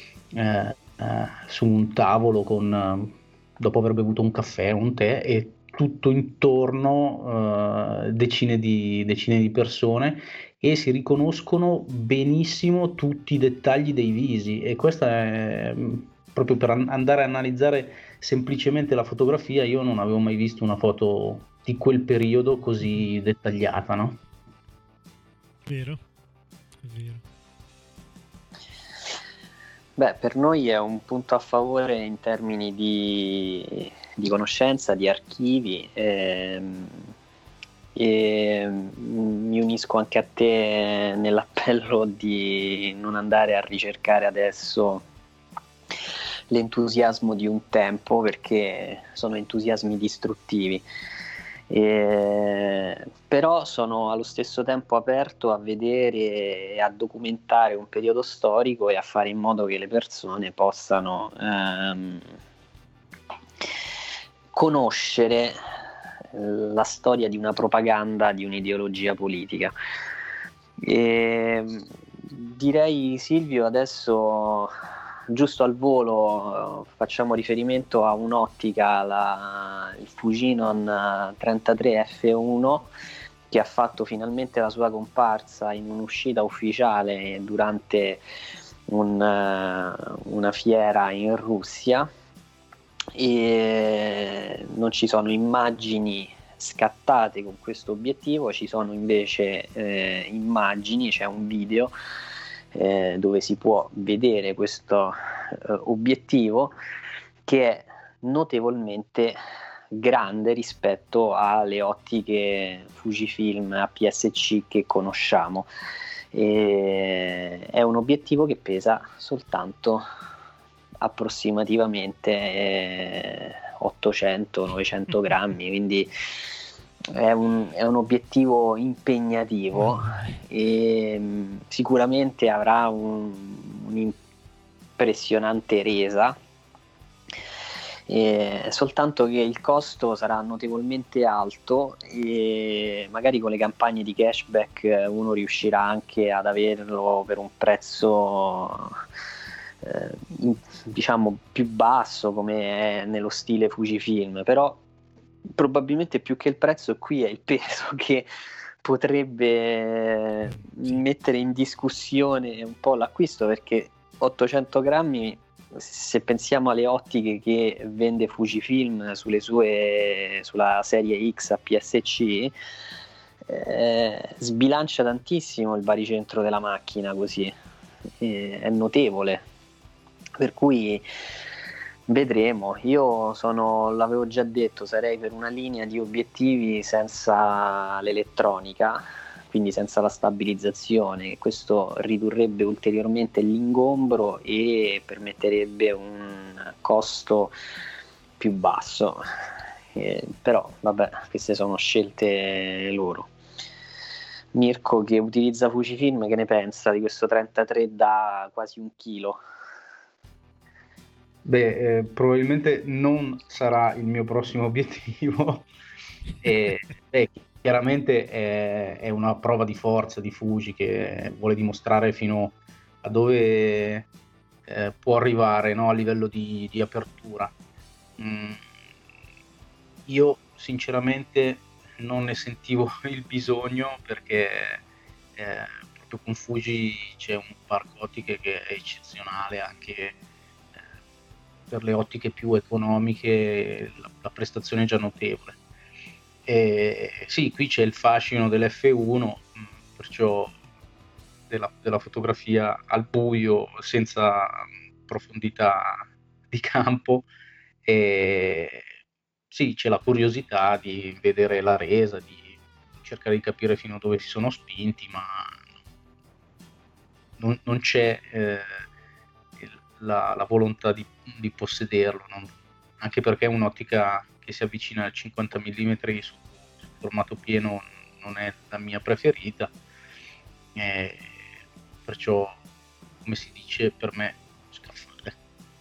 su un tavolo dopo aver bevuto un caffè o un tè, e tutto intorno decine di persone, e si riconoscono benissimo tutti i dettagli dei visi, e questa è proprio per andare a analizzare semplicemente la fotografia. Io non avevo mai visto una foto di quel periodo così dettagliata, no? Vero, è vero. Beh, per noi è un punto a favore in termini di conoscenza, di archivi, e mi unisco anche a te nell'appello di non andare a ricercare adesso l'entusiasmo di un tempo, perché sono entusiasmi distruttivi. Però sono allo stesso tempo aperto a vedere e a documentare un periodo storico e a fare in modo che le persone possano conoscere la storia di una propaganda, di un'ideologia politica. Direi, Silvio, adesso giusto al volo facciamo riferimento a un'ottica, il Fujinon 33 F1, che ha fatto finalmente la sua comparsa in un'uscita ufficiale durante una fiera in Russia, e non ci sono immagini scattate con questo obiettivo, ci sono invece immagini, c'è un video dove si può vedere questo obiettivo, che è notevolmente grande rispetto alle ottiche Fujifilm APS-C che conosciamo. È un obiettivo che pesa soltanto approssimativamente 800-900 grammi, quindi è un obiettivo impegnativo e sicuramente avrà un un'impressionante resa, soltanto che il costo sarà notevolmente alto e magari con le campagne di cashback uno riuscirà anche ad averlo per un prezzo diciamo più basso, come è nello stile Fujifilm, però probabilmente più che il prezzo qui è il peso che potrebbe mettere in discussione un po' l'acquisto, perché 800 grammi, se pensiamo alle ottiche che vende Fujifilm sulla serie X APS-C, sbilancia tantissimo il baricentro della macchina, così è notevole, per cui vedremo. Io l'avevo già detto, sarei per una linea di obiettivi senza l'elettronica, quindi senza la stabilizzazione. Questo ridurrebbe ulteriormente l'ingombro e permetterebbe un costo più basso, però vabbè, queste sono scelte loro. Mirko, che utilizza Fujifilm, che ne pensa di questo 33 da quasi 1 chilo? Beh, probabilmente non sarà il mio prossimo obiettivo. Chiaramente è una prova di forza di Fuji, che vuole dimostrare fino a dove può arrivare, no, a livello di apertura. Io sinceramente non ne sentivo il bisogno, perché proprio con Fuji c'è un parco ottiche che è eccezionale, anche per le ottiche più economiche la prestazione è già notevole. Sì, qui c'è il fascino dell'F1, perciò della fotografia al buio senza profondità di campo, sì, c'è la curiosità di vedere la resa, di cercare di capire fino a dove si sono spinti, ma non c'è la volontà di possederlo, anche perché un'ottica che si avvicina al 50 mm su formato pieno non è la mia preferita, perciò, come si dice, per me scaffale.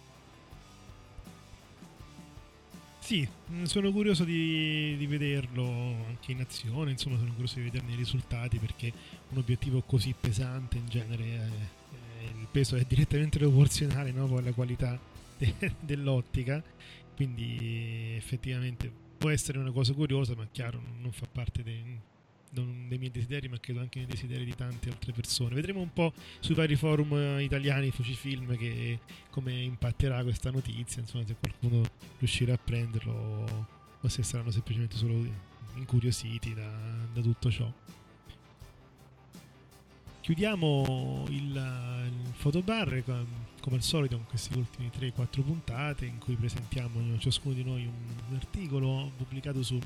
Sì, sono curioso di vederlo anche in azione, insomma sono curioso di vederne i risultati, perché un obiettivo così pesante in genere il peso è direttamente proporzionale, no, con la qualità dell'ottica, quindi effettivamente può essere una cosa curiosa, ma chiaro non fa parte dei miei desideri, ma credo anche nei desideri di tante altre persone. Vedremo un po' sui vari forum italiani Fujifilm come impatterà questa notizia, insomma, se qualcuno riuscirà a prenderlo o se saranno semplicemente solo incuriositi da tutto ciò. Chiudiamo il Fotobar come al solito con questi ultimi 3-4 puntate, in cui presentiamo ciascuno di noi un articolo pubblicato su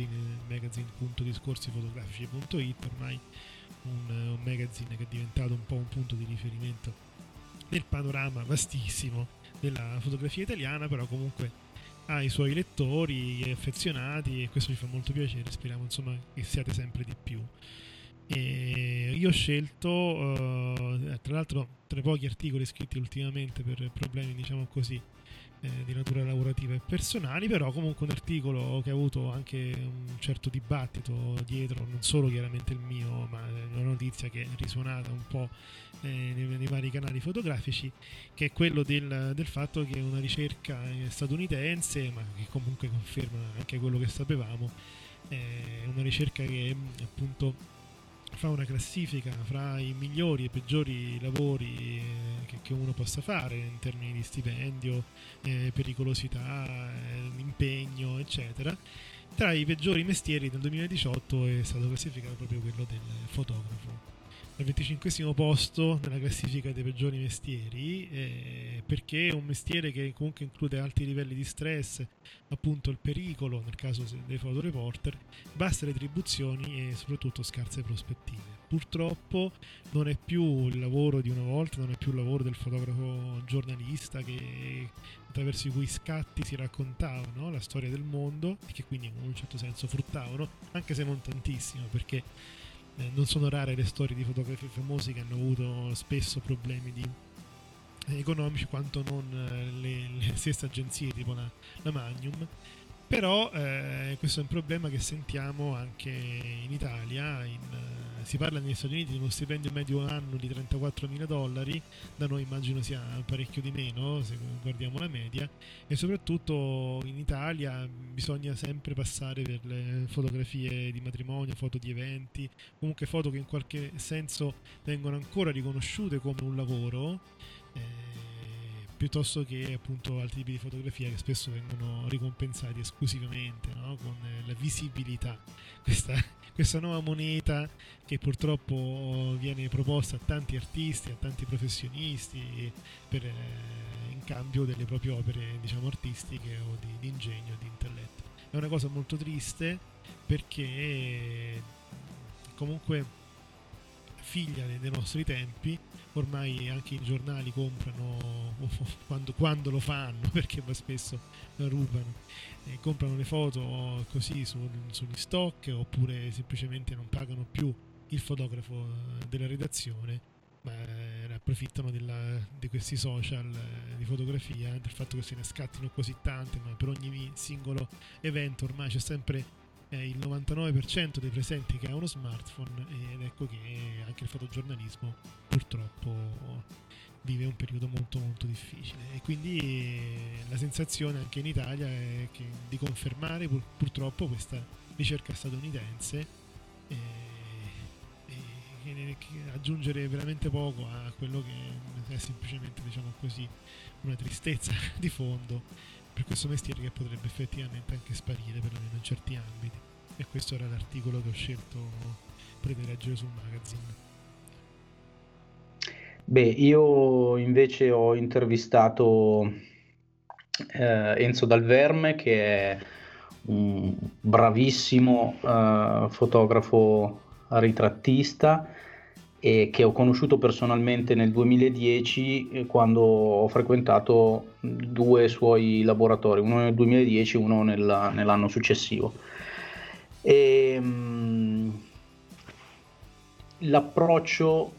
magazine.discorsifotografici.it, ormai un magazine che è diventato un po' un punto di riferimento nel panorama vastissimo della fotografia italiana, però comunque ha i suoi lettori affezionati, e questo ci fa molto piacere. Speriamo insomma che siate sempre di più. E io ho scelto, tra l'altro, tra i pochi articoli scritti ultimamente per problemi, diciamo così, di natura lavorativa e personali, però comunque un articolo che ha avuto anche un certo dibattito dietro, non solo chiaramente il mio, ma una notizia che è risuonata un po' nei vari canali fotografici, che è quello del fatto che una ricerca statunitense, ma che comunque conferma anche quello che sapevamo, una ricerca che appunto fa una classifica fra i migliori e peggiori lavori che uno possa fare in termini di stipendio, pericolosità, impegno, eccetera. Tra i peggiori mestieri del 2018 è stato classificato proprio quello del fotografo, al 25° posto nella classifica dei peggiori mestieri, perché è un mestiere che comunque include alti livelli di stress, appunto il pericolo nel caso dei fotoreporter, basse retribuzioni e soprattutto scarse prospettive. Purtroppo non è più il lavoro di una volta, non è più il lavoro del fotografo giornalista attraverso i cui scatti si raccontava, no, la storia del mondo, e che quindi in un certo senso fruttavano, anche se non tantissimo, perché non sono rare le storie di fotografi famosi che hanno avuto spesso problemi di economici quanto non le stesse agenzie tipo la Magnum. Però questo è un problema che sentiamo anche in Italia. Si parla negli Stati Uniti di uno stipendio medio anno di $34.000, da noi immagino sia parecchio di meno se guardiamo la media, e soprattutto in Italia bisogna sempre passare per le fotografie di matrimonio, foto di eventi, comunque foto che in qualche senso vengono ancora riconosciute come un lavoro, piuttosto che appunto altri tipi di fotografia che spesso vengono ricompensati esclusivamente, no? Con la visibilità, questa nuova moneta che purtroppo viene proposta a tanti artisti, a tanti professionisti in cambio delle proprie opere, diciamo, artistiche o di ingegno, di intelletto. È una cosa molto triste, perché comunque figlia dei nostri tempi. Ormai anche i giornali comprano, quando lo fanno, perché poi spesso rubano, comprano le foto così sugli stock, oppure semplicemente non pagano più il fotografo della redazione, ma ne approfittano di questi social di fotografia, del fatto che se ne scattino così tante, ma per ogni singolo evento ormai c'è sempre il 99% dei presenti che ha uno smartphone, ed ecco che anche il fotogiornalismo purtroppo vive un periodo molto molto difficile, e quindi la sensazione anche in Italia è di confermare purtroppo questa ricerca statunitense, e aggiungere veramente poco a quello che è semplicemente, diciamo così, una tristezza di fondo per questo mestiere, che potrebbe effettivamente anche sparire, perlomeno in certi ambiti. E questo era l'articolo che ho scelto per leggere sul magazine. Beh, io invece ho intervistato Enzo Dal Verme, che è un bravissimo fotografo ritrattista, e che ho conosciuto personalmente nel 2010, quando ho frequentato 2 suoi laboratori, uno nel 2010 e uno nell'anno successivo. E l'approccio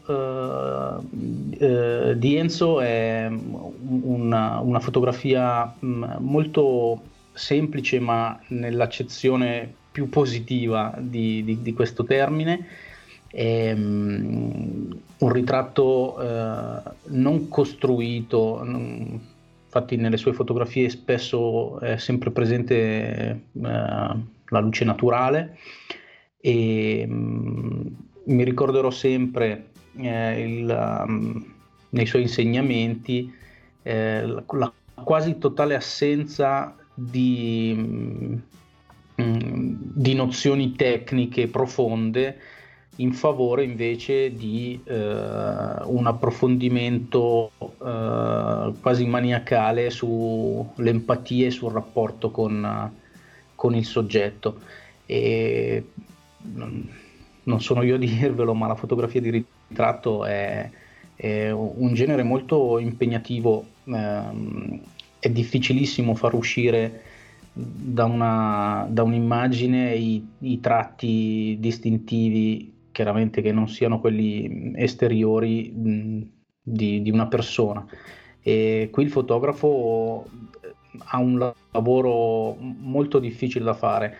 di Enzo è una fotografia molto semplice, ma nell'accezione più positiva di questo termine. È un ritratto non costruito, infatti nelle sue fotografie spesso è sempre presente la luce naturale, e mi ricorderò sempre nei suoi insegnamenti la quasi totale assenza di nozioni tecniche profonde, in favore invece di un approfondimento quasi maniacale sull'empatia e sul rapporto con il soggetto. E non sono io a dirvelo, ma la fotografia di ritratto è un genere molto impegnativo. È difficilissimo far uscire da un'immagine i tratti distintivi, chiaramente, che non siano quelli esteriori di una persona. E qui il fotografo ha un lavoro molto difficile da fare.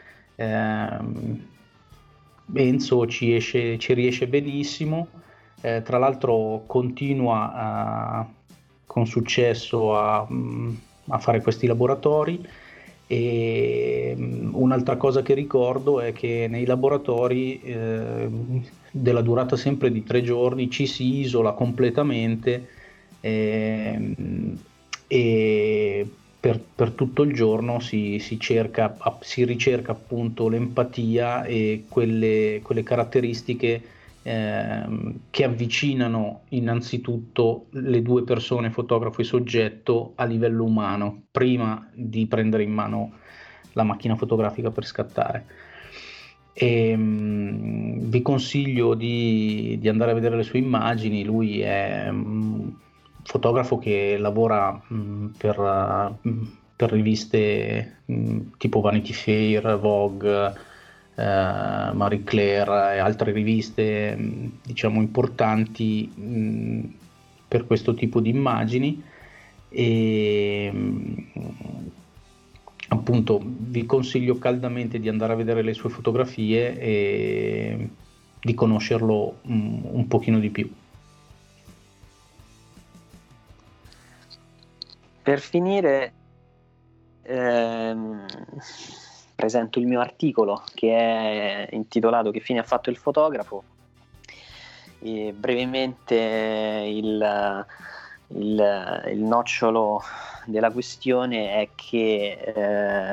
Enzo ci riesce benissimo, tra l'altro continua con successo a fare questi laboratori. E un'altra cosa che ricordo è che nei laboratori della durata sempre di 3 giorni ci si isola completamente, e per tutto il giorno si ricerca appunto l'empatia e quelle caratteristiche che avvicinano innanzitutto le 2 persone, fotografo e soggetto, a livello umano, prima di prendere in mano la macchina fotografica per scattare. E vi consiglio di andare a vedere le sue immagini. Lui è un fotografo che lavora per riviste tipo Vanity Fair, Vogue, Marie Claire e altre riviste diciamo importanti per questo tipo di immagini, e appunto vi consiglio caldamente di andare a vedere le sue fotografie e di conoscerlo un pochino di più. Per finire presento il mio articolo che è intitolato Che fine ha fatto il fotografo. E brevemente il nocciolo della questione è che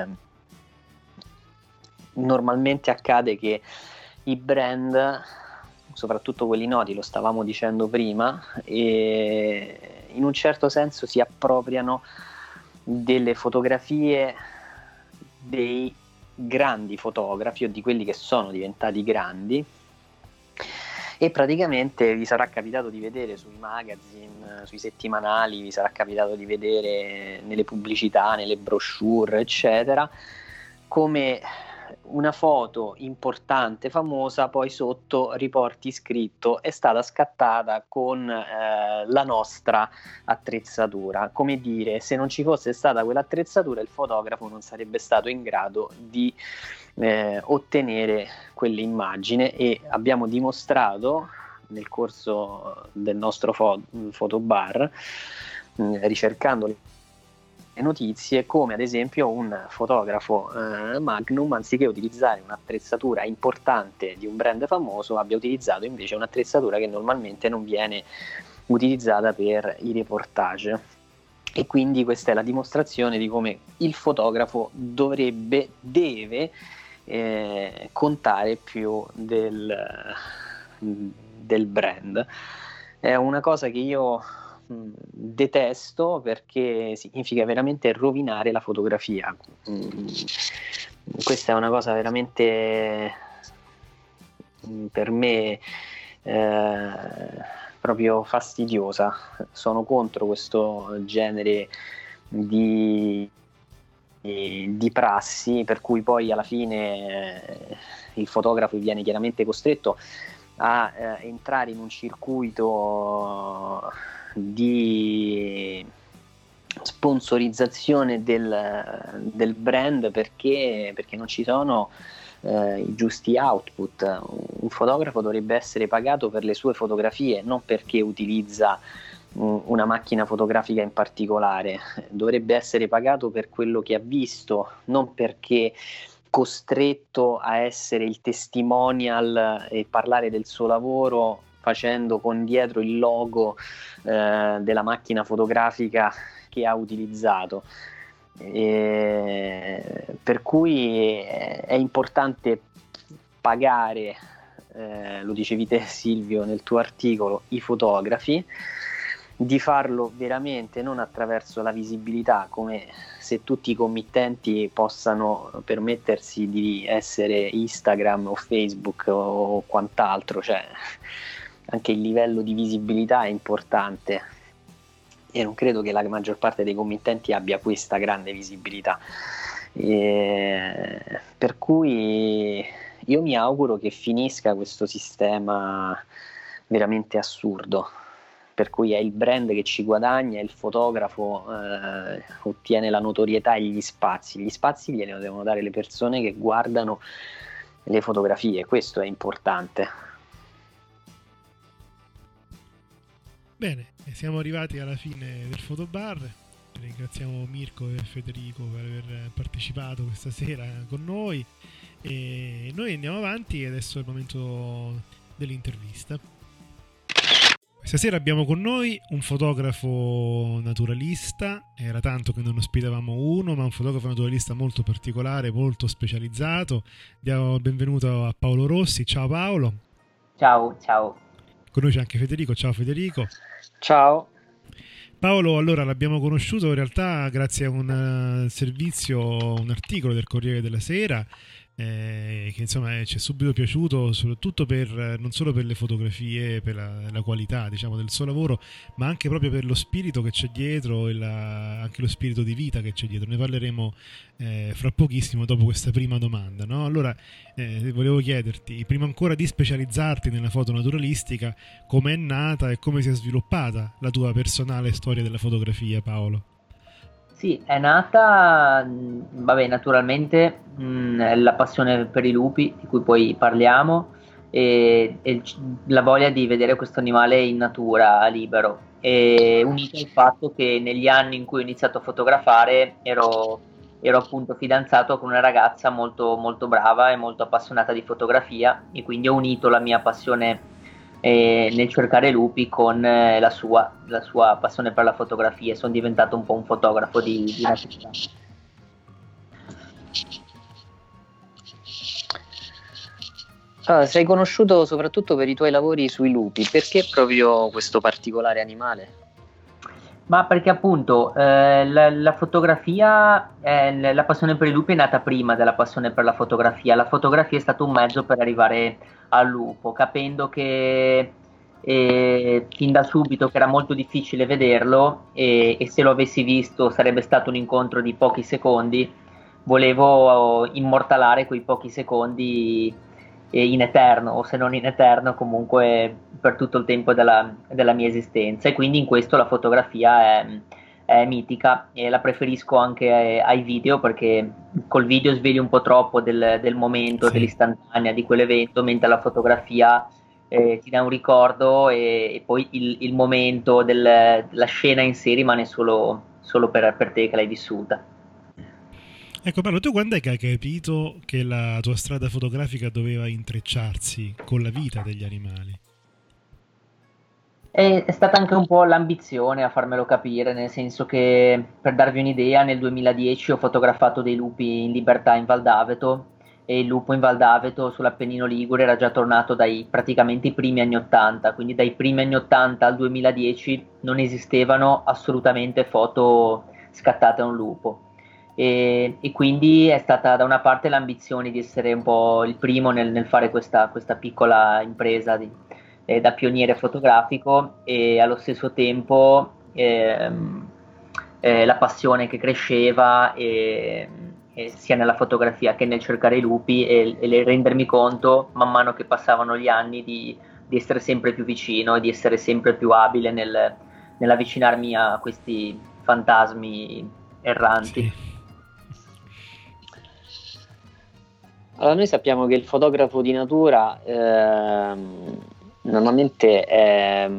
normalmente accade che i brand, soprattutto quelli noti, lo stavamo dicendo prima, e in un certo senso si appropriano delle fotografie dei grandi fotografi o di quelli che sono diventati grandi, e praticamente vi sarà capitato di vedere sui magazine, sui settimanali, vi sarà capitato di vedere nelle pubblicità, nelle brochure, eccetera, come una foto importante, famosa, poi sotto riporti scritto è stata scattata con la nostra attrezzatura. Come dire, se non ci fosse stata quell'attrezzatura il fotografo non sarebbe stato in grado di ottenere quell'immagine, e abbiamo dimostrato nel corso del nostro fotobar, ricercando le notizie, come ad esempio un fotografo Magnum, anziché utilizzare un'attrezzatura importante di un brand famoso, abbia utilizzato invece un'attrezzatura che normalmente non viene utilizzata per i reportage. E quindi questa è la dimostrazione di come il fotografo deve contare più del brand. È una cosa che io detesto, perché significa veramente rovinare la fotografia. Questa è una cosa veramente per me proprio fastidiosa. Sono contro questo genere di prassi, per cui poi alla fine il fotografo viene chiaramente costretto a entrare in un circuito di sponsorizzazione del brand, perché non ci sono i giusti output. Un fotografo dovrebbe essere pagato per le sue fotografie, non perché utilizza una macchina fotografica in particolare. Dovrebbe essere pagato per quello che ha visto, non perché costretto a essere il testimonial e parlare del suo lavoro facendo con dietro il logo della macchina fotografica che ha utilizzato. Per cui è importante pagare, lo dicevi te Silvio nel tuo articolo, i fotografi, di farlo veramente non attraverso la visibilità, come se tutti i committenti possano permettersi di essere Instagram o Facebook o quant'altro. Cioè, anche il livello di visibilità è importante, e non credo che la maggior parte dei committenti abbia questa grande visibilità, per cui io mi auguro che finisca questo sistema veramente assurdo, per cui è il brand che ci guadagna e il fotografo ottiene la notorietà e gli spazi glielo devono dare le persone che guardano le fotografie. Questo è importante. Bene, siamo arrivati alla fine del fotobar. Ringraziamo Mirko e Federico per aver partecipato questa sera con noi, e noi andiamo avanti. Adesso è il momento dell'intervista. Questa sera abbiamo con noi un fotografo naturalista. Era tanto che non ospitavamo uno, ma un fotografo naturalista molto particolare, molto specializzato. Diamo il benvenuto a Paolo Rossi. Ciao Paolo. Ciao. Con noi c'è anche Federico. Ciao Federico. Ciao. Paolo, allora, l'abbiamo conosciuto in realtà grazie a un servizio, un articolo del Corriere della Sera, che insomma ci è subito piaciuto, soprattutto non solo per le fotografie, per la qualità, diciamo, del suo lavoro, ma anche proprio per lo spirito che c'è dietro e anche lo spirito di vita che c'è dietro. Ne parleremo fra pochissimo, dopo questa prima domanda, no? Allora volevo chiederti, prima ancora di specializzarti nella foto naturalistica, com'è nata e come si è sviluppata la tua personale storia della fotografia, Paolo? Sì, è nata, naturalmente, la passione per i lupi, di cui poi parliamo, e la voglia di vedere questo animale in natura, libero, e unito al fatto che negli anni in cui ho iniziato a fotografare ero appunto fidanzato con una ragazza molto, molto brava e molto appassionata di fotografia, e quindi ho unito la mia passione nel cercare lupi con la sua passione per la fotografia, e sono diventato un po' un fotografo di natura. Allora, sei conosciuto soprattutto per i tuoi lavori sui lupi. Perché proprio questo particolare animale? Ma perché appunto la fotografia, la passione per i lupi è nata prima della passione per la fotografia. La fotografia è stato un mezzo per arrivare al lupo, capendo che fin da subito che era molto difficile vederlo, e se lo avessi visto sarebbe stato un incontro di pochi secondi. Volevo immortalare quei pochi secondi in eterno, o se non in eterno comunque per tutto il tempo della mia esistenza, e quindi in questo la fotografia è mitica, e la preferisco anche ai video, perché col video svegli un po' troppo del momento, sì, dell'istantanea, di quell'evento, mentre la fotografia ti dà un ricordo, e poi il momento della scena in sé rimane solo per te che l'hai vissuta. Ecco Paolo, tu quando è che hai capito che la tua strada fotografica doveva intrecciarsi con la vita degli animali? È stata anche un po' l'ambizione a farmelo capire, nel senso che, per darvi un'idea, nel 2010 ho fotografato dei lupi in libertà in Val d'Aveto, e il lupo in Val d'Aveto sull'Appennino Ligure era già tornato dai praticamente i primi anni 80, quindi dai primi anni 80 al 2010 non esistevano assolutamente foto scattate a un lupo. E quindi è stata da una parte l'ambizione di essere un po' il primo nel fare questa piccola impresa da pioniere fotografico, e allo stesso tempo la passione che cresceva sia nella fotografia che nel cercare i lupi, e rendermi conto man mano che passavano gli anni di essere sempre più vicino e di essere sempre più abile nell'avvicinarmi a questi fantasmi erranti. Sì. Allora, noi sappiamo che il fotografo di natura normalmente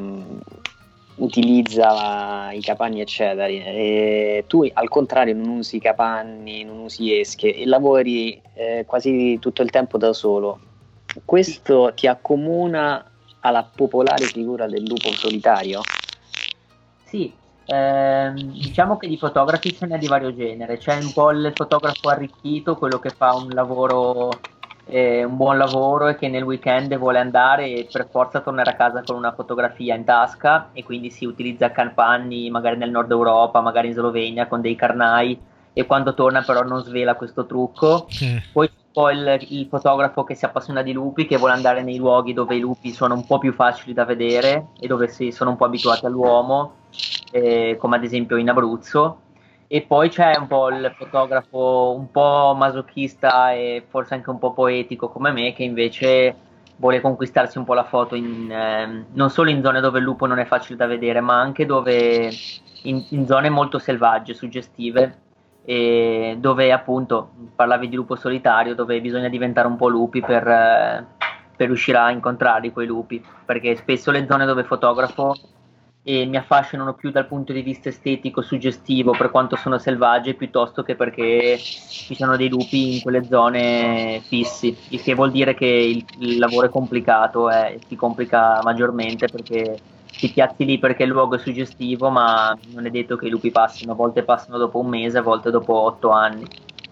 utilizza i capanni eccetera, e tu al contrario non usi i capanni, non usi esche, e lavori quasi tutto il tempo da solo. Questo ti accomuna alla popolare figura del lupo solitario? Sì. Diciamo che di fotografi ce n'è di vario genere. C'è un po' il fotografo arricchito, quello che fa un buon lavoro, e che nel weekend vuole andare e per forza tornare a casa con una fotografia in tasca, e quindi si utilizza capanni magari nel nord Europa, magari in Slovenia, con dei carnai, e quando torna però non svela questo trucco. Poi il fotografo che si appassiona di lupi, che vuole andare nei luoghi dove i lupi sono un po' più facili da vedere e dove si sono un po' abituati all'uomo, come ad esempio in Abruzzo. E poi c'è un po' il fotografo un po' masochista e forse anche un po' poetico come me, che invece vuole conquistarsi un po' la foto non solo in zone dove il lupo non è facile da vedere, ma anche dove in zone molto selvagge, suggestive, e dove appunto parlavi di lupo solitario, dove bisogna diventare un po' lupi per riuscire a incontrare quei lupi, perché spesso le zone dove fotografo mi affascinano più dal punto di vista estetico, suggestivo, per quanto sono selvagge, piuttosto che perché ci sono dei lupi in quelle zone fissi, il che vuol dire che il lavoro è complicato, si complica maggiormente, perché ti piazzi lì perché il luogo è suggestivo, ma non è detto che i lupi passino, a volte passano dopo un mese, a volte dopo 8 anni.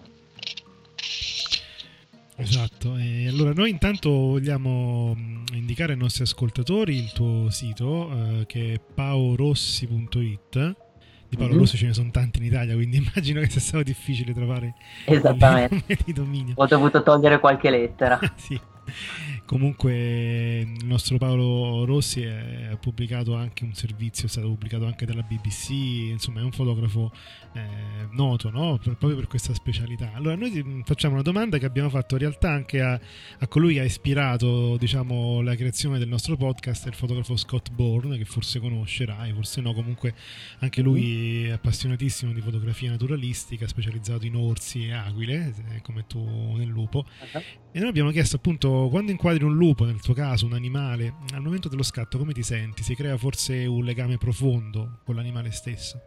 Esatto, e allora noi intanto vogliamo indicare ai nostri ascoltatori il tuo sito, che è paorossi.it. di Paolo Rossi ce ne sono tanti in Italia, quindi immagino che sia stato difficile trovare Esattamente. il nome di dominio. Ho dovuto togliere qualche lettera. Sì. Comunque il nostro Paolo Rossi ha pubblicato anche un servizio, è stato pubblicato anche dalla BBC, insomma è un fotografo noto, no? Proprio per questa specialità. Allora noi ti facciamo una domanda che abbiamo fatto in realtà anche a colui che ha ispirato, diciamo, la creazione del nostro podcast, il fotografo Scott Bourne, che forse conoscerai, forse no, comunque anche lui è appassionatissimo di fotografia naturalistica, specializzato in orsi e aquile, come tu nel lupo. E noi abbiamo chiesto appunto, quando inquadri un lupo, nel tuo caso un animale, al momento dello scatto come ti senti? Si crea forse un legame profondo con l'animale stesso?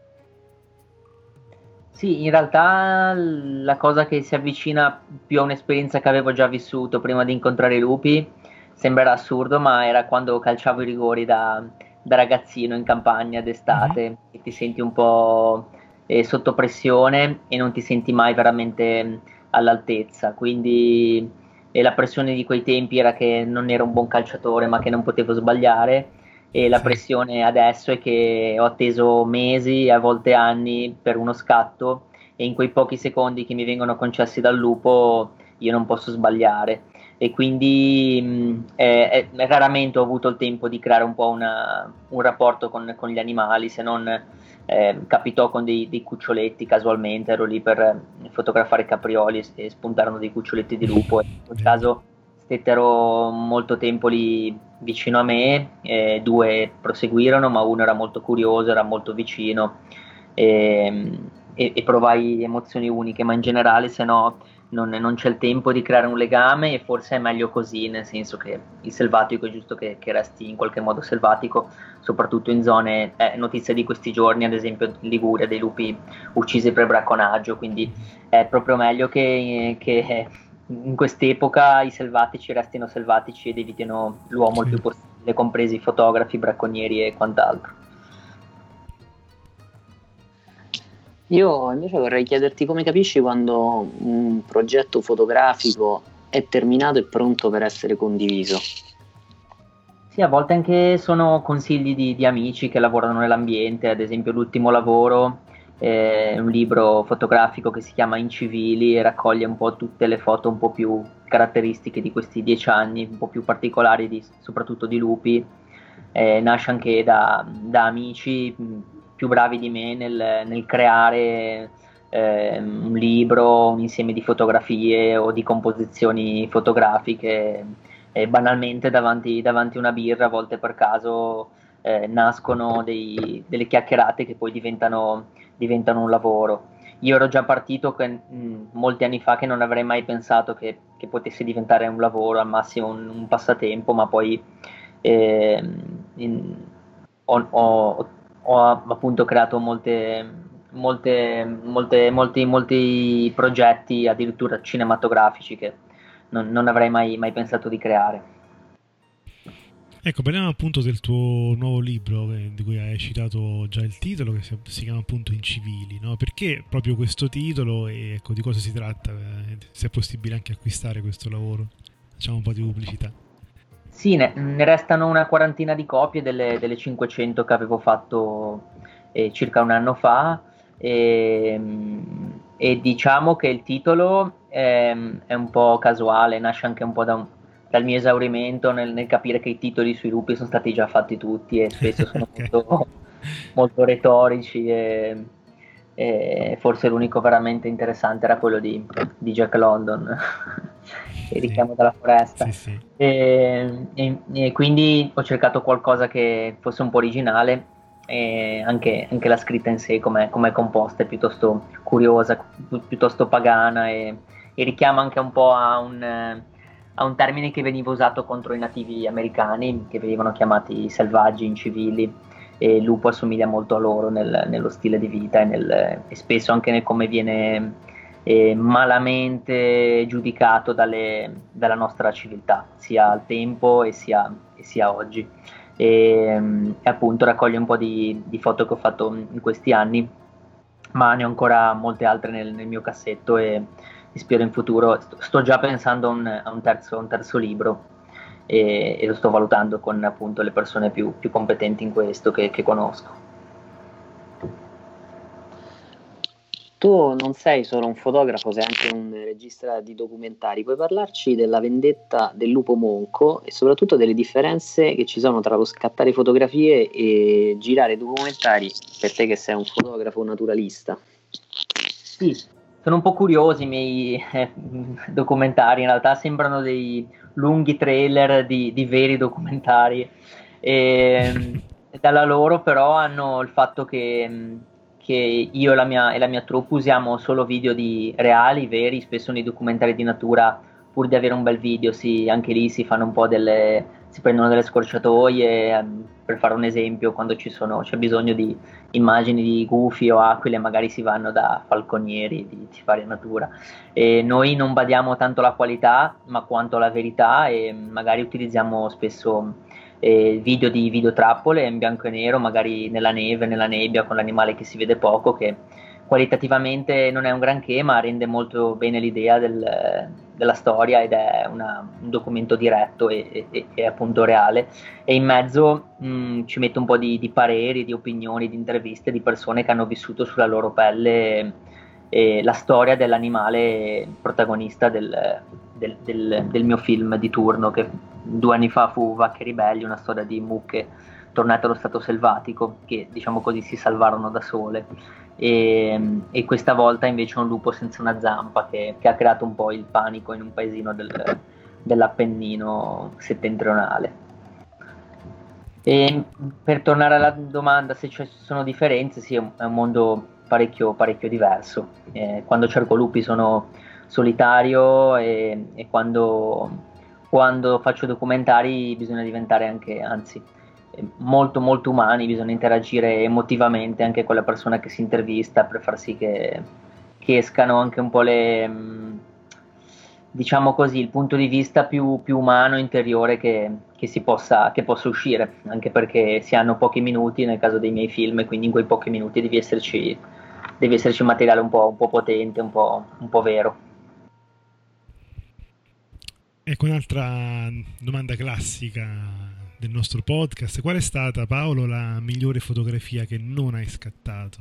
Sì, in realtà la cosa che si avvicina più a un'esperienza che avevo già vissuto prima di incontrare i lupi, sembrerà assurdo, ma era quando calciavo i rigori da ragazzino in campagna d'estate, e ti senti un po' sotto pressione e non ti senti mai veramente all'altezza, quindi la pressione di quei tempi era che non ero un buon calciatore ma che non potevo sbagliare, e la pressione adesso è che ho atteso mesi, a volte anni, per uno scatto, e in quei pochi secondi che mi vengono concessi dal lupo io non posso sbagliare, e quindi raramente ho avuto il tempo di creare un po' un rapporto con gli animali, se non capitò con dei cuccioletti, casualmente ero lì per fotografare caprioli e spuntarono dei cuccioletti di lupo, e in quel caso stettero molto tempo lì vicino a me, 2 proseguirono, ma uno era molto curioso, era molto vicino, e provai emozioni uniche, ma in generale se no non c'è il tempo di creare un legame, e forse è meglio così, nel senso che il selvatico è giusto che resti in qualche modo selvatico, soprattutto in zone, notizia di questi giorni ad esempio in Liguria, dei lupi uccisi per bracconaggio, quindi è proprio meglio che in quest'epoca i selvatici restino selvatici ed evitino l'uomo il più possibile, compresi i fotografi, bracconieri e quant'altro. Io invece vorrei chiederti come capisci quando un progetto fotografico è terminato e pronto per essere condiviso. Sì, a volte anche sono consigli di amici che lavorano nell'ambiente, ad esempio l'ultimo lavoro è un libro fotografico che si chiama Incivili e raccoglie un po' tutte le foto un po' più caratteristiche di questi 10 anni, un po' più particolari soprattutto di lupi, nasce anche da amici più bravi di me nel creare un libro, un insieme di fotografie o di composizioni fotografiche, banalmente davanti a una birra, a volte per caso nascono delle chiacchierate che poi diventano un lavoro. Io ero già partito molti anni fa che non avrei mai pensato che potesse diventare un lavoro, al massimo un passatempo, ma poi ho appunto creato molti progetti, addirittura cinematografici, che non avrei mai pensato di creare. Ecco, parliamo appunto del tuo nuovo libro, di cui hai citato già il titolo, che si chiama appunto Incivili, no? Perché proprio questo titolo e ecco, di cosa si tratta? Se è possibile anche acquistare questo lavoro, facciamo un po' di pubblicità. Sì, ne restano una quarantina di copie delle 500 che avevo fatto circa un anno fa, e diciamo che il titolo è un po' casuale, nasce anche un po' dal mio esaurimento nel capire che i titoli sui lupi sono stati già fatti tutti e spesso sono molto retorici, e forse l'unico veramente interessante era quello di Jack London, il richiamo dalla foresta. Sì. E quindi ho cercato qualcosa che fosse un po' originale, e anche la scritta in sé come è composta è piuttosto curiosa, piuttosto pagana, e richiama anche un po' a un termine che veniva usato contro i nativi americani, che venivano chiamati selvaggi, incivili, e il lupo assomiglia molto a loro nello stile di vita e spesso anche nel come viene malamente giudicato dalla nostra civiltà, sia al tempo e sia oggi. E appunto raccoglie un po' di foto che ho fatto in questi anni, ma ne ho ancora molte altre nel mio cassetto, e spero in futuro. Sto già pensando a un terzo libro, e lo sto valutando con appunto le persone più competenti in questo che conosco. Tu non sei solo un fotografo, sei anche un regista di documentari. Puoi parlarci della vendetta del lupo monco e soprattutto delle differenze che ci sono tra lo scattare fotografie e girare documentari, per te che sei un fotografo naturalista? Sì, sono un po' curiosi i miei documentari, in realtà sembrano dei lunghi trailer di veri documentari. Dalla loro però hanno il fatto che io e la mia troupe usiamo solo video reali, veri, spesso nei documentari di natura, pur di avere un bel video, anche lì si fanno un po' si prendono delle scorciatoie, per fare un esempio, quando c'è bisogno di immagini di gufi o aquile, magari si vanno da falconieri di varia natura. E noi non badiamo tanto alla qualità, ma quanto alla verità, e magari utilizziamo spesso video di videotrappole in bianco e nero, magari nella neve, nella nebbia, con l'animale che si vede poco, che qualitativamente non è un granché, ma rende molto bene l'idea della storia, ed è un documento diretto e appunto reale. E in mezzo ci metto un po' di pareri, di opinioni, di interviste di persone che hanno vissuto sulla loro pelle la storia dell'animale protagonista del mio film di turno, che 2 anni fa fu Vacche Ribelli, una storia di mucche tornate allo stato selvatico che, diciamo così, si salvarono da sole, e questa volta invece un lupo senza una zampa che ha creato un po' il panico in un paesino dell'Appennino settentrionale. E per tornare alla domanda se ci sono differenze, sì, è un mondo parecchio diverso. Quando cerco lupi sono solitario, e quando faccio documentari bisogna diventare anzi molto molto umani, bisogna interagire emotivamente anche con la persona che si intervista, per far sì che escano anche un po' diciamo così, il punto di vista più umano, interiore che possa uscire, anche perché si hanno pochi minuti nel caso dei miei film, e quindi in quei pochi minuti deve esserci materiale un po' potente, un po' vero. Ecco un'altra domanda classica del nostro podcast: qual è stata, Paolo, la migliore fotografia che non hai scattato?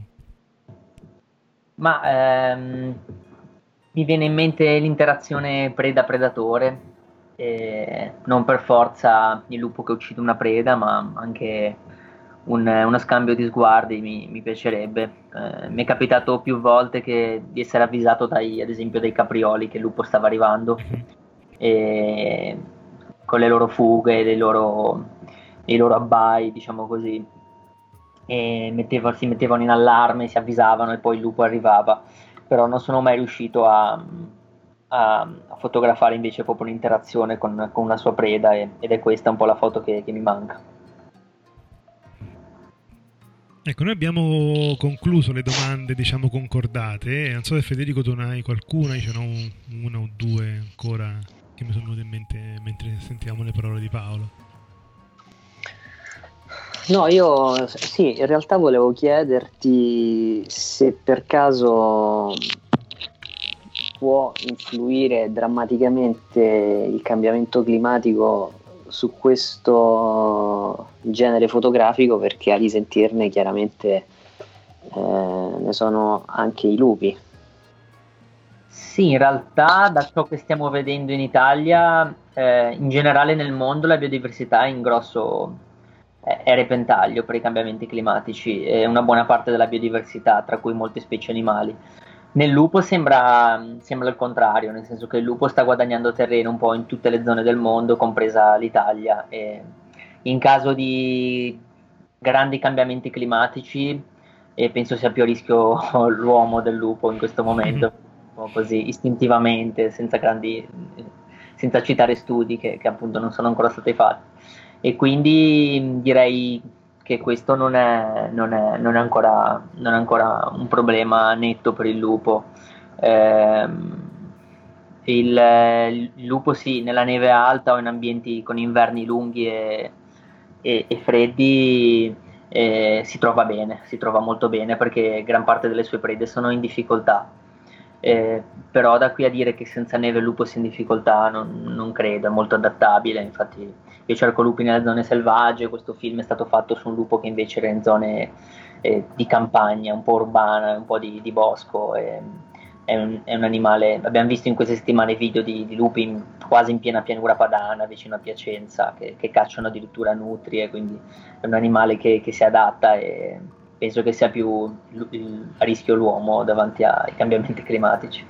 Ma mi viene in mente l'interazione preda-predatore, non per forza il lupo che uccide una preda, ma anche uno scambio di sguardi mi piacerebbe. Mi è capitato più volte di essere avvisato ad esempio dai caprioli che il lupo stava arrivando, e con le loro fughe, i loro abbai, diciamo così, e si mettevano in allarme, si avvisavano e poi il lupo arrivava. Però non sono mai riuscito a fotografare invece proprio l'interazione con una sua preda, ed è questa un po' la foto che mi manca. Ecco, noi abbiamo concluso le domande, diciamo, concordate. Non so se Federico tu ne hai qualcuna, io ce n'ho una o due ancora che mi sono venute in mente mentre sentivamo le parole di Paolo. No, io sì, in realtà volevo chiederti se per caso può influire drammaticamente il cambiamento climatico su questo genere fotografico, perché a risentirne chiaramente ne sono anche i lupi. Sì, in realtà da ciò che stiamo vedendo in Italia, in generale nel mondo la biodiversità è a repentaglio per i cambiamenti climatici, e una buona parte della biodiversità, tra cui molte specie animali. Nel lupo sembra il contrario, nel senso che il lupo sta guadagnando terreno un po' in tutte le zone del mondo, compresa l'Italia, e in caso di grandi cambiamenti climatici penso sia più a rischio l'uomo del lupo in questo momento, un po' così istintivamente, senza citare studi che appunto non sono ancora stati fatti. E quindi direi che questo non è ancora un problema netto per il lupo. Il lupo sì, nella neve alta o in ambienti con inverni lunghi e freddi si trova molto bene, perché gran parte delle sue prede sono in difficoltà. Però da qui a dire che senza neve il lupo sia in difficoltà non credo, è molto adattabile. Infatti io cerco lupi nelle zone selvagge, questo film è stato fatto su un lupo che invece era in zone di campagna, un po' urbana, un po' di bosco. È un animale, abbiamo visto in queste settimane video di lupi quasi in piena pianura padana, vicino a Piacenza, che cacciano addirittura nutrie, quindi è un animale che si adatta, e penso che sia più a rischio l'uomo davanti ai cambiamenti climatici.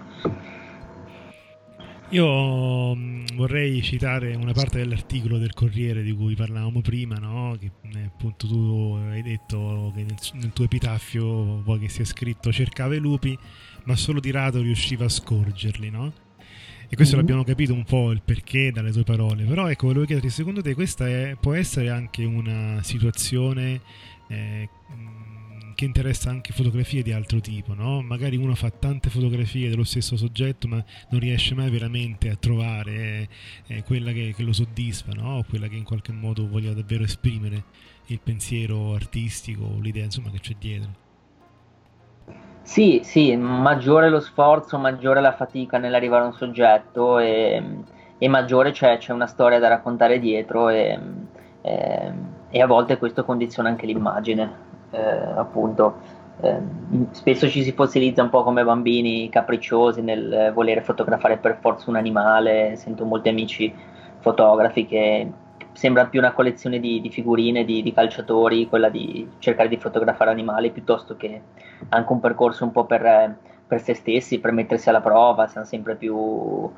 Io vorrei citare una parte dell'articolo del Corriere di cui parlavamo prima, no? Che appunto tu hai detto che nel tuo epitaffio vuoi che sia scritto cercava i lupi ma solo di rado riusciva a scorgerli, no? E questo l'abbiamo capito un po' il perché dalle tue parole, però ecco, volevo chiederti, secondo te questa può essere anche una situazione che interessa anche fotografie di altro tipo, no? Magari uno fa tante fotografie dello stesso soggetto ma non riesce mai veramente a trovare quella che lo soddisfa, no? O quella che in qualche modo voglia davvero esprimere il pensiero artistico, l'idea insomma che c'è dietro. Sì, maggiore lo sforzo, maggiore la fatica nell'arrivare a un soggetto, e maggiore c'è una storia da raccontare dietro, e a volte questo condiziona anche l'immagine. Appunto, spesso ci si fossilizza un po' come bambini capricciosi nel volere fotografare per forza un animale. Sento molti amici fotografi che sembra più una collezione di figurine di calciatori, quella di cercare di fotografare animali, piuttosto che anche un percorso un po' per se stessi, per mettersi alla prova. Siamo sempre più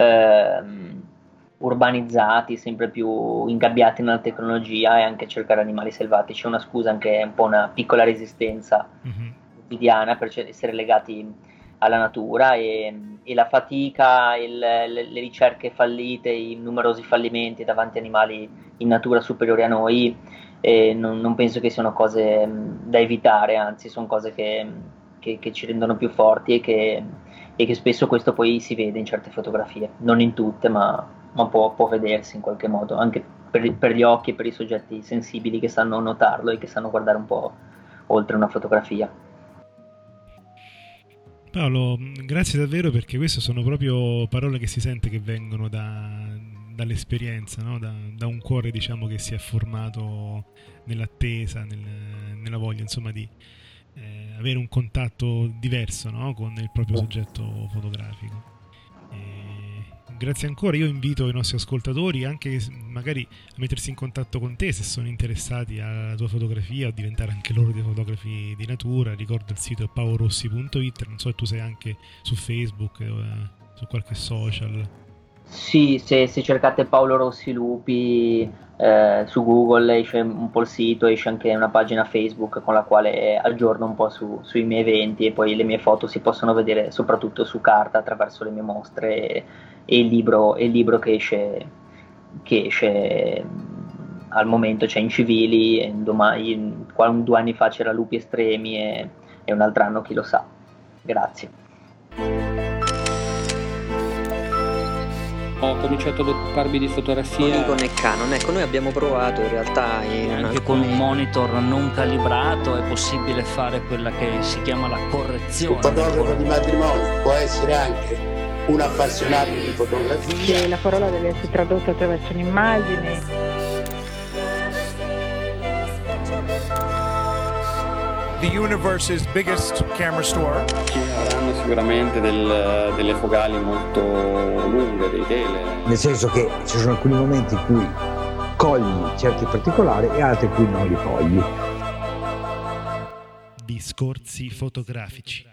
urbanizzati, sempre più ingabbiati nella tecnologia, e anche cercare animali selvatici è una scusa, anche un po' una piccola resistenza quotidiana per essere legati alla natura, e la fatica, le ricerche fallite, i numerosi fallimenti davanti a animali in natura superiori a noi, non penso che siano cose da evitare, anzi sono cose che ci rendono più forti, e che spesso questo poi si vede in certe fotografie, non in tutte, ma può vedersi in qualche modo, anche per gli occhi e per i soggetti sensibili che sanno notarlo e che sanno guardare un po' oltre una fotografia. Paolo, grazie davvero, perché queste sono proprio parole che si sente che vengono dall'esperienza, no? Da un cuore, diciamo, che si è formato nell'attesa, nella voglia, insomma, di avere un contatto diverso, no? Con il proprio soggetto fotografico. Grazie ancora. Io invito i nostri ascoltatori anche magari a mettersi in contatto con te se sono interessati alla tua fotografia, a diventare anche loro dei fotografi di natura. Ricordo il sito paorossi.it, non so se tu sei anche su Facebook, su qualche social. Sì, se cercate Paolo Rossi Lupi su Google esce un po' il sito, esce anche una pagina Facebook con la quale aggiorno un po' sui miei eventi, e poi le mie foto si possono vedere soprattutto su carta attraverso le mie mostre, e il libro che esce al momento c'è in civili, e 2 anni fa c'era Lupi Estremi, e un altro anno chi lo sa. Grazie. Ho cominciato ad occuparmi di fotografia. Nikon e Canon, ecco, noi abbiamo provato in realtà anche con un monitor non calibrato è possibile fare quella che si chiama la correzione. Un fotografo di matrimonio può essere anche un appassionato di fotografia. Che la parola deve essere tradotta attraverso un'immagine. The universe's biggest camera store. Avranno sicuramente delle focali molto lunghe, dei tele. Nel senso che ci sono alcuni momenti in cui cogli certi particolari e altri in cui non li cogli. Discorsi fotografici.